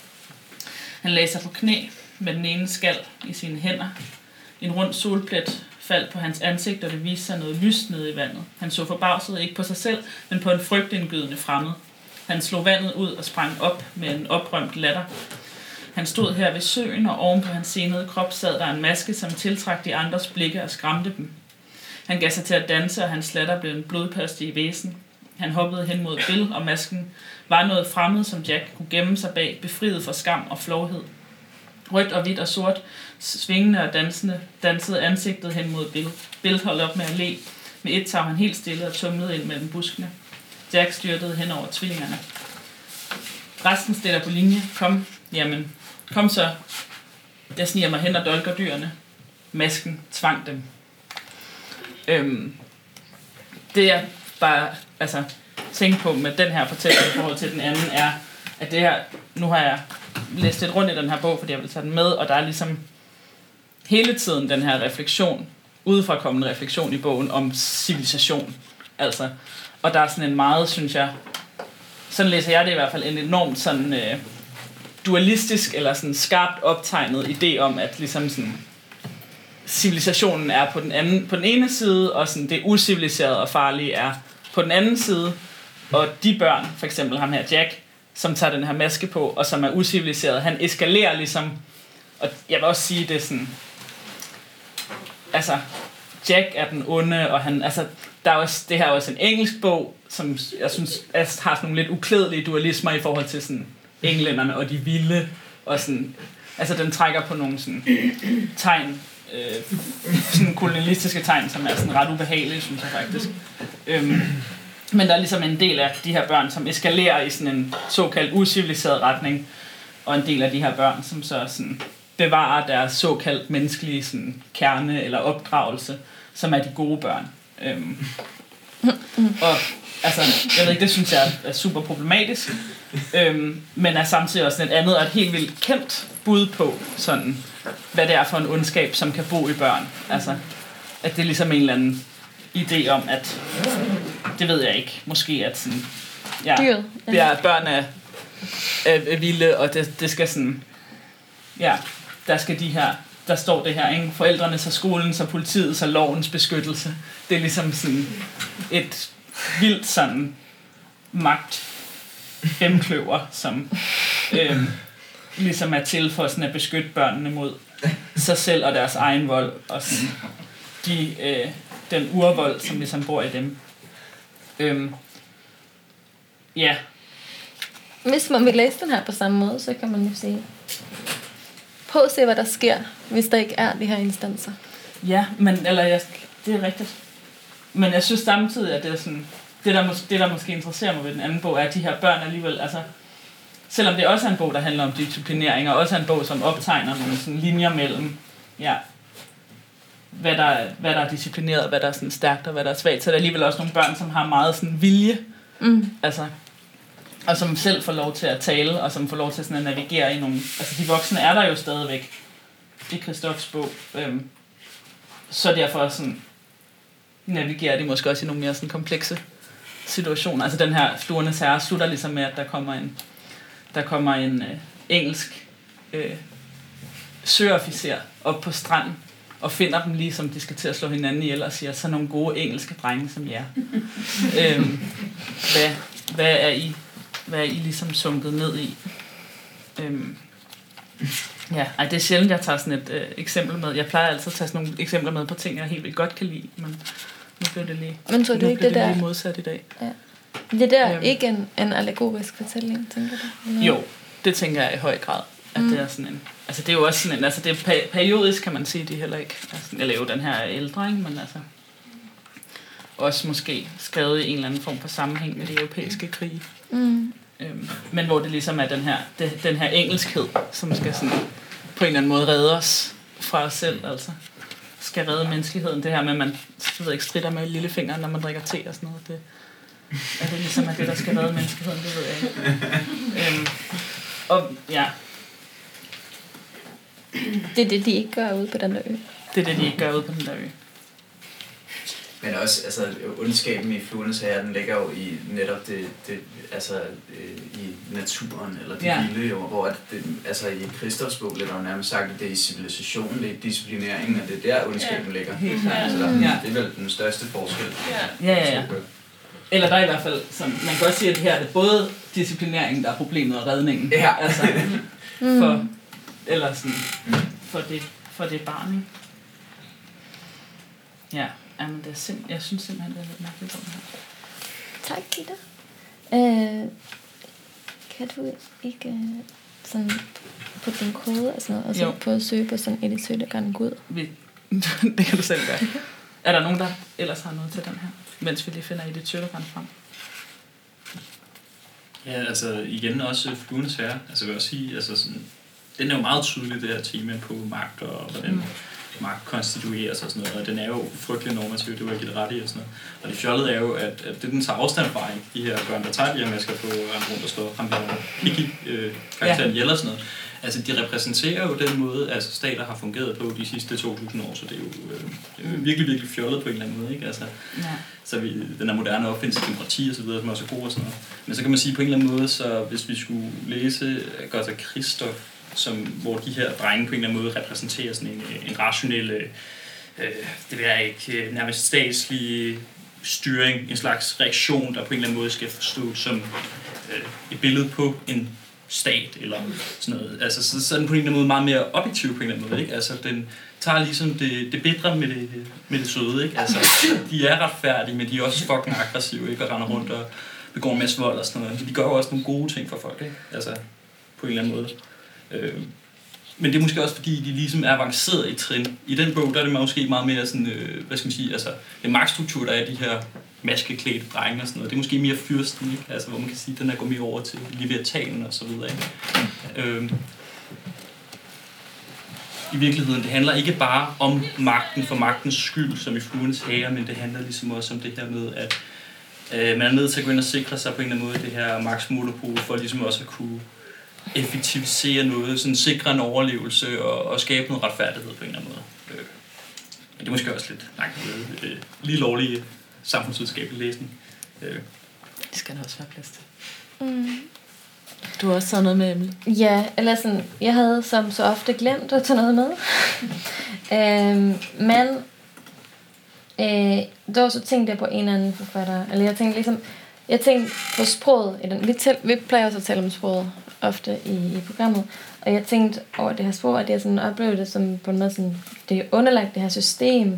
Han lagde sig på knæ med den ene skal i sine hænder. En rund solplet faldt på hans ansigt, og det viste sig noget lyst nede i vandet. Han så forbavset ikke på sig selv, men på en frygtindgydende fremmed. Han slog vandet ud og sprang op med en oprømt latter. Han stod her ved søen, og oven på hans senede krop sad der en maske, som tiltrak de andres blikke og skræmte dem. Han gav sig til at danse, og hans latter blev en blodpørstig væsen. Han hoppede hen mod Bill, og masken var noget fremmed, som Jack kunne gemme sig bag, befriet for skam og flovhed. Rødt og hvidt og sort, svingende og dansende, dansede ansigtet hen mod Bill. Bill holdt op med at le. Med et tag han helt stille og tumlede ind mellem buskene. Jack styrtede hen over tvillingerne. Resten stiller på linje. Kom, jamen, kom så. Jeg sniger mig hen og dolker dyrene. Masken tvang dem. Øhm, det jeg bare altså, tænker på med den her fortælling i forhold til den anden er, at det her, nu har jeg læst lidt rundt i den her bog, fordi jeg vil tage den med, og der er ligesom hele tiden den her refleksion, udefrakommende refleksion i bogen om civilisation. Altså, og der er sådan en meget, synes jeg, sådan læser jeg det i hvert fald, en enormt sådan øh, dualistisk eller sådan skarpt optegnet idé om, at ligesom sådan civilisationen er på den anden, på den ene side, og sådan det usiviliserede og farlige er på den anden side, og de børn, for eksempel ham her Jack, som tager den her maske på, og som er uciviliseret, han eskalerer ligesom, og jeg vil også sige, det er sådan, altså, Jack er den onde, og han, altså, der er også, det her er også en engelsk bog, som jeg synes har sådan nogle lidt uklædelige dualismer i forhold til sådan englænderne og de vilde, og sådan, altså den trækker på nogle sådan tegn, øh, sådan kolonialistiske tegn, som er sådan ret ubehagelige, synes jeg faktisk. Øhm, men der er ligesom en del af de her børn, som eskalerer i sådan en såkaldt uciviliseret retning, og en del af de her børn, som så sådan bevarer deres såkaldt menneskelige sådan, kerne eller opdragelse, som er de gode børn. Øhm, og altså, jeg ved ikke, det synes jeg er super problematisk, øhm, men er samtidig også et andet og et helt vildt kendt bud på, sådan, hvad det er for en ondskab, som kan bo i børn. Altså, at det er ligesom en eller anden idé om, at det ved jeg ikke, måske at sådan, ja, ja, børn er, er, er vilde, og det, det skal sådan, ja, der skal de her, der står det her, ikke? Forældrene, så skolen, så politiet, så lovens beskyttelse. Det er ligesom sådan et vildt sådan magt femkløver, som øhm, ligesom er til for sådan at beskytte børnene mod sig selv og deres egen vold, og sådan de, øh, den urvold, som ligesom bor i dem. Øhm, ja. Hvis man vil læse den her på samme måde, så kan man jo sige, prøv at se, hvad der sker, hvis der ikke er de her instanser. Ja, men eller jeg, det er rigtigt. Men jeg synes samtidig, at det er sådan, det der, mås- det der måske interesserer mig ved den anden bog, er, at de her børn alligevel, altså, selvom det også er en bog, der handler om disciplinering, og også er en bog, som optegner nogle sådan linjer mellem, ja, hvad der, er, hvad der er disciplineret, hvad der er sådan stærkt, og hvad der er svagt, så er der alligevel også nogle børn, som har meget sådan vilje, mm. altså, og som selv får lov til at tale, og som får lov til sådan at navigere i nogle, altså de voksne er der jo stadigvæk i Christophs bog, øhm, så derfor sådan navigerer de måske også i nogle mere sådan komplekse situationer. Altså den her Fluernes Herre slutter ligesom med, at der kommer en, der kommer en øh, engelsk øh, søofficer op på stranden, og finder dem lige som de skal til at slå hinanden ihjel, og siger, så nogle gode engelske drenge som jer. øhm, hvad, hvad er I hvad er I ligesom sunket ned i? Øhm, ja, ej, det er sjældent, jeg tager sådan et øh, eksempel med. Jeg plejer altid at tage sådan nogle eksempler med på ting, jeg helt vildt godt kan lide, men nu blev det lige, men tror du nu ikke blev det det der lige modsat i dag. Ja. Det der øhm, ikke en, en allegorisk fortælling, tænker du? Eller? Jo, det tænker jeg i høj grad, at mm. det er sådan en, altså det er jo også sådan en, altså det er periodisk, kan man sige, de heller ikke, altså, eller jo, den her er ældre, ikke? Men altså også måske skrevet i en eller anden form for sammenhæng med de europæiske krige. Mm. Øhm, men hvor det ligesom er den her, det, den her engelskhed, som skal sådan på en eller anden måde redde os fra os selv, altså skal redde menneskeheden. Det her med, at man jeg ved ikke, stritter med lillefingeren, når man drikker te og sådan noget. Det, er det ligesom er det, der skal redde menneskeheden, det ved jeg ikke. Øhm, og ja. Det er det, de ikke gør ude på den der ø. Det er det, de ikke gør ude på den der ø. Men også, altså, ondskaben i Fluernes Herre, den ligger jo i netop det, det altså, øh, i naturen, eller det ja. vilde jo, hvor det, altså i Christophs bog bliver der jo nærmest sagt, at det er i civilisationen, det er disciplineringen, og det er der ondskaben ja. ligger. Helt klart. Så der, ja. det er vel den største forskel. Ja, ja, ja. ja. Eller der er i hvert fald, som, man kan godt sige, at her er det både disciplineringen, der er problemet, og redningen. Ja. Altså, for, eller sådan, for det, for det barn, ikke? Ja. Jamen, det er simp- jeg synes simpelthen, det er lidt mærkeligt om det her. Tak, Gitte. Øh, kan du ikke øh, sådan på din kode og sådan noget, og så prøve at søge på sådan et søge, der kan gå ud? Vi, det kan du selv gøre. Er der nogen, der ellers har noget til den her, mens vi lige finder et søge, der kan frem? Ja, altså igen også Fluernes Herre. Altså jeg vil også sige, altså sådan, den er jo meget tydelig, det her tema på magt og hvordan mm. magt konstitueres og sådan noget, og den er jo frygtelig normativ, det var jeg givet ret i og sådan noget. Og det fjollede er jo, at, at det den tager afstand fra, de her børn, der tager de her masker på en rundt og slår ham her Hiki, øh, karakteren ihjel og sådan noget. Altså de repræsenterer jo den måde, altså stater har fungeret på de sidste to tusind år, så det er jo, øh, det er jo virkelig, virkelig fjollet på en eller anden måde, ikke? Altså, ja. Så vi, den er moderne opfindelse, demokrati og så videre, som også er god og sådan noget. Men så kan man sige på en eller anden måde, så hvis vi skulle læse Agatha Christoph, som, hvor de her drenge på en eller anden måde repræsenterer sådan en, en rationel, øh, det vil jeg ikke, nærmest statslig styring, en slags reaktion, der på en eller anden måde skal forstås som øh, et billede på en stat, eller sådan noget. Altså, så, så er den på en eller anden måde meget mere objektiv på en eller anden måde, ikke? Altså, den tager ligesom det, det bedre med det, med det søde, ikke? Altså, de er retfærdige, men de er også fucking aggressive, ikke? Og render rundt og begår en masse vold og sådan noget. De gør jo også nogle gode ting for folk, ikke? Altså, på en eller anden måde. Øh, men det er måske også fordi, de ligesom er avanceret i trin. I den bog, der er det måske meget mere sådan, øh, hvad skal man sige, altså, den magtstruktur, der er de her maskeklædte drenge og sådan noget. Det er måske mere fyrsten, ikke? Altså, hvor man kan sige, at den er gået mere over til Leviathanen og så videre, ikke? Øh, i virkeligheden, det handler ikke bare om magten for magtens skyld, som i Fluens Herre, men det handler ligesom også om det her med, at øh, man er nødt til at gå ind og sikre sig på en eller anden måde det her magtmonopol, for ligesom også at kunne effektivisere noget, sådan sikre en overlevelse og, og skabe noget retfærdighed på en eller anden måde. Øh, men det er måske også lidt langt øh, lige lovlig samfundsvidenskabelig læsning. Øh. Det skal der også være plads til. Mm. Du har også taget noget med, Emily? Ja, eller sådan, jeg havde som så ofte glemt at tage noget med. øhm, men øh, dog så tænkte jeg på en eller anden forfatter. Eller jeg tænkte ligesom, jeg tænkte på sproget. I den, vi, tæl, vi plejer også at tale om sproget ofte i, i programmet. Og jeg tænkte over det her sprog, at jeg sådan oplevede det som på en måde sådan, det er underlagt det her system.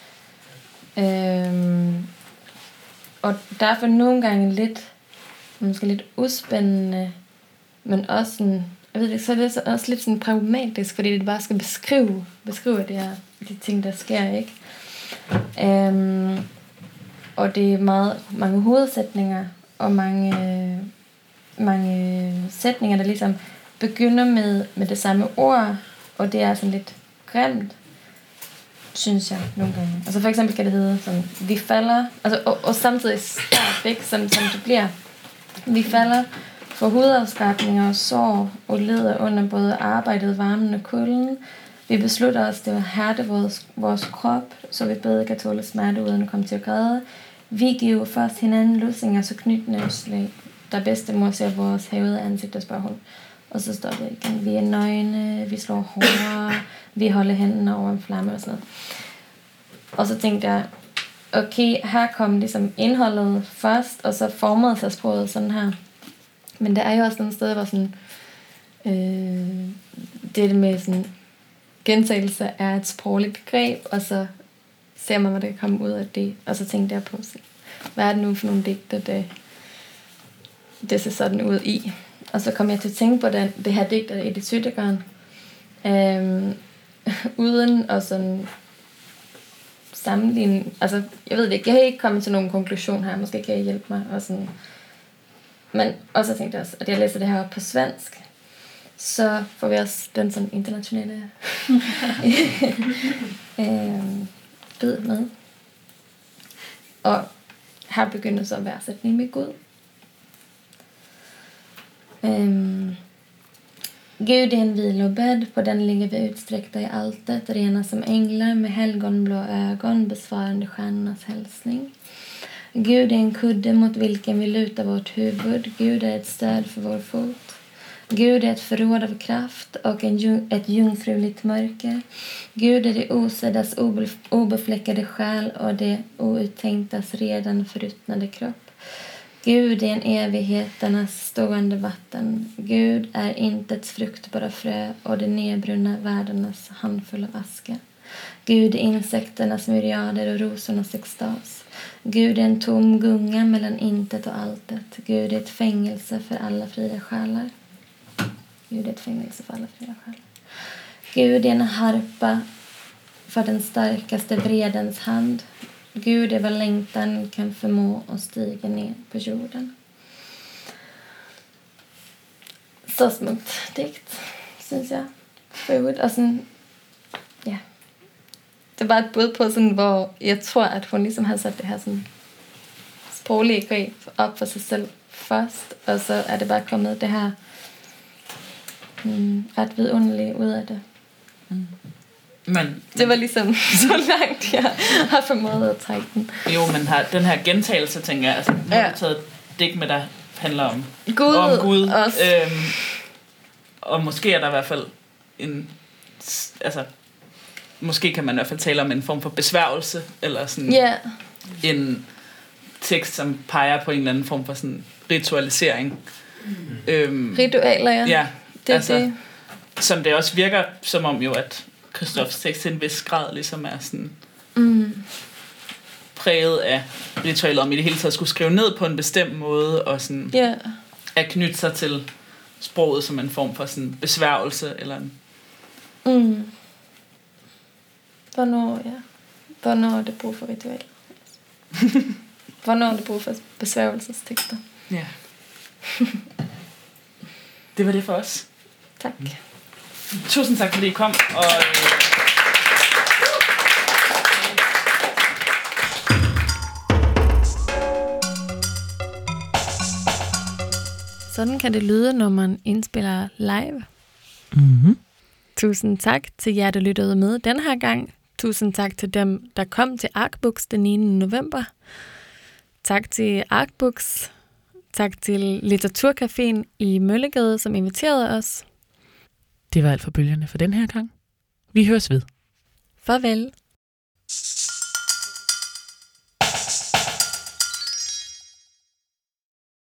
Øhm, og derfor nogle gange lidt, måske lidt uspændende, men også sådan, jeg ved ikke, så er det også lidt sådan pragmatisk, fordi det bare skal beskrive, beskrive det her, de ting, der sker, ikke? Øhm, og det er meget, mange hovedsætninger, og mange, mange sætninger, der ligesom begynder med, med det samme ord, og det er sådan lidt grimt, synes jeg, nogle gange. Altså for eksempel kan det hedde sådan, vi falder, altså, og, og samtidig start, ikke? Som, som det bliver. Vi falder for hudafskrabninger og sår og lider under både arbejdet, varmen og kulden. Vi beslutter os til at hærde vores, vores krop, så vi bedre kan tåle smerte uden at komme til at græde. Vi giver først hinanden lussinger, så knytnævsslag. Der bedstemor ser vores hævede ansigter, spørger hun. Og så står det igen. Vi er nøgne, vi slår hårdere, vi holder hænderne over en flamme og sådan noget. Og så tænkte jeg, okay, her kom ligesom indholdet først, og så formede sig sproget sådan her. Men der er jo også nogle steder, hvor sådan, øh, det med sådan, gentagelse er et sprogligt begreb, og så ser man, hvad der kan komme ud af det. Og så tænkte jeg på, så, hvad er det nu for nogle digter, det, det ser sådan ud i. Og så kom jeg til at tænke på den, det her digter i Edith Sødegården, øh, uden at sådan sammenligne, altså jeg ved det ikke, jeg har ikke kommet til nogen konklusion her, måske kan I hjælpe mig, og sådan. Men også tænkte jeg også, at jeg læser det her op på svensk, så får vi også den sådan internationale øh, bid med. Og her begynder så hver sætning med Gud. Um, Gud är en vilobädd, på den ligger vi utsträckta i altet, rena som änglar med helgonblå ögon, besvarande stjärnornas hälsning. Gud är en kudde mot vilken vi lutar vårt huvud. Gud är ett stöd för vår fot. Gud är ett förråd av kraft och en, ett jungfruligt mörker. Gud är det oseddas obefläckade själ och det outtänktas redan förruttnade kropp. Gud är en evigheternas stående vatten. Gud är intets fruktbara frö och de nedbrunna världarnas handfull av aska. Gud är insekternas myriader och rosornas extas. Gud är en tom gunga mellan intet och alltet. Gud är ett fängelse för alla fria själar. Gud är ett fängelse för alla fria själar. Gud är en harpa för den starkaste vredens hand. Gud är vad längtan kan förmå att stiga ner på jorden. Så smukt dikt, synes jeg. Forud. Og sådan, ja. Det var et bud på sådan, hvor jeg tror, at hun ligesom har sat det her sådan sproglige greb op for sig selv først, og så er det bare kommet det her mm, ret vidunderlige ud af det. Mm. Men, det var ligesom så langt, jeg har formået at trække den. Jo, men har, den her gentagelse, tænker jeg, altså, nu har du taget et digt med, der handler om Gud. Om Gud. Også. Øhm, og måske er der i hvert fald en, altså, måske kan man i hvert fald tale om en form for besværgelse, eller sådan yeah. en tekst, som peger på en eller anden form for sådan ritualisering. Mm. Øhm, Ritualer, ja. Ja, det, altså, det. Som det også virker som om jo, at Christophs tekst til en vis grad ligesom er sådan mm. præget af ritualet, om i det hele taget skulle skrive ned på en bestemt måde, og sådan yeah. at knytte sig til sproget som en form for sådan besværgelse, eller en... Mm. Hvornår, ja. Hvornår er det brug for ritualer? Hvornår er det brug for besværgelsestekster? Ja. Det var det for os. Tak. Tusind tak, fordi I kom. Og, øh, Sådan kan det lyde, når man indspiller live. Mm-hmm. Tusind tak til jer, der lyttede med den her gang. Tusind tak til dem, der kom til Artbooks den niende november. Tak til Artbooks. Tak til Litteraturcaféen i Møllegade, som inviterede os. Det var alt for bølgerne for den her gang. Vi høres ved. Farvel.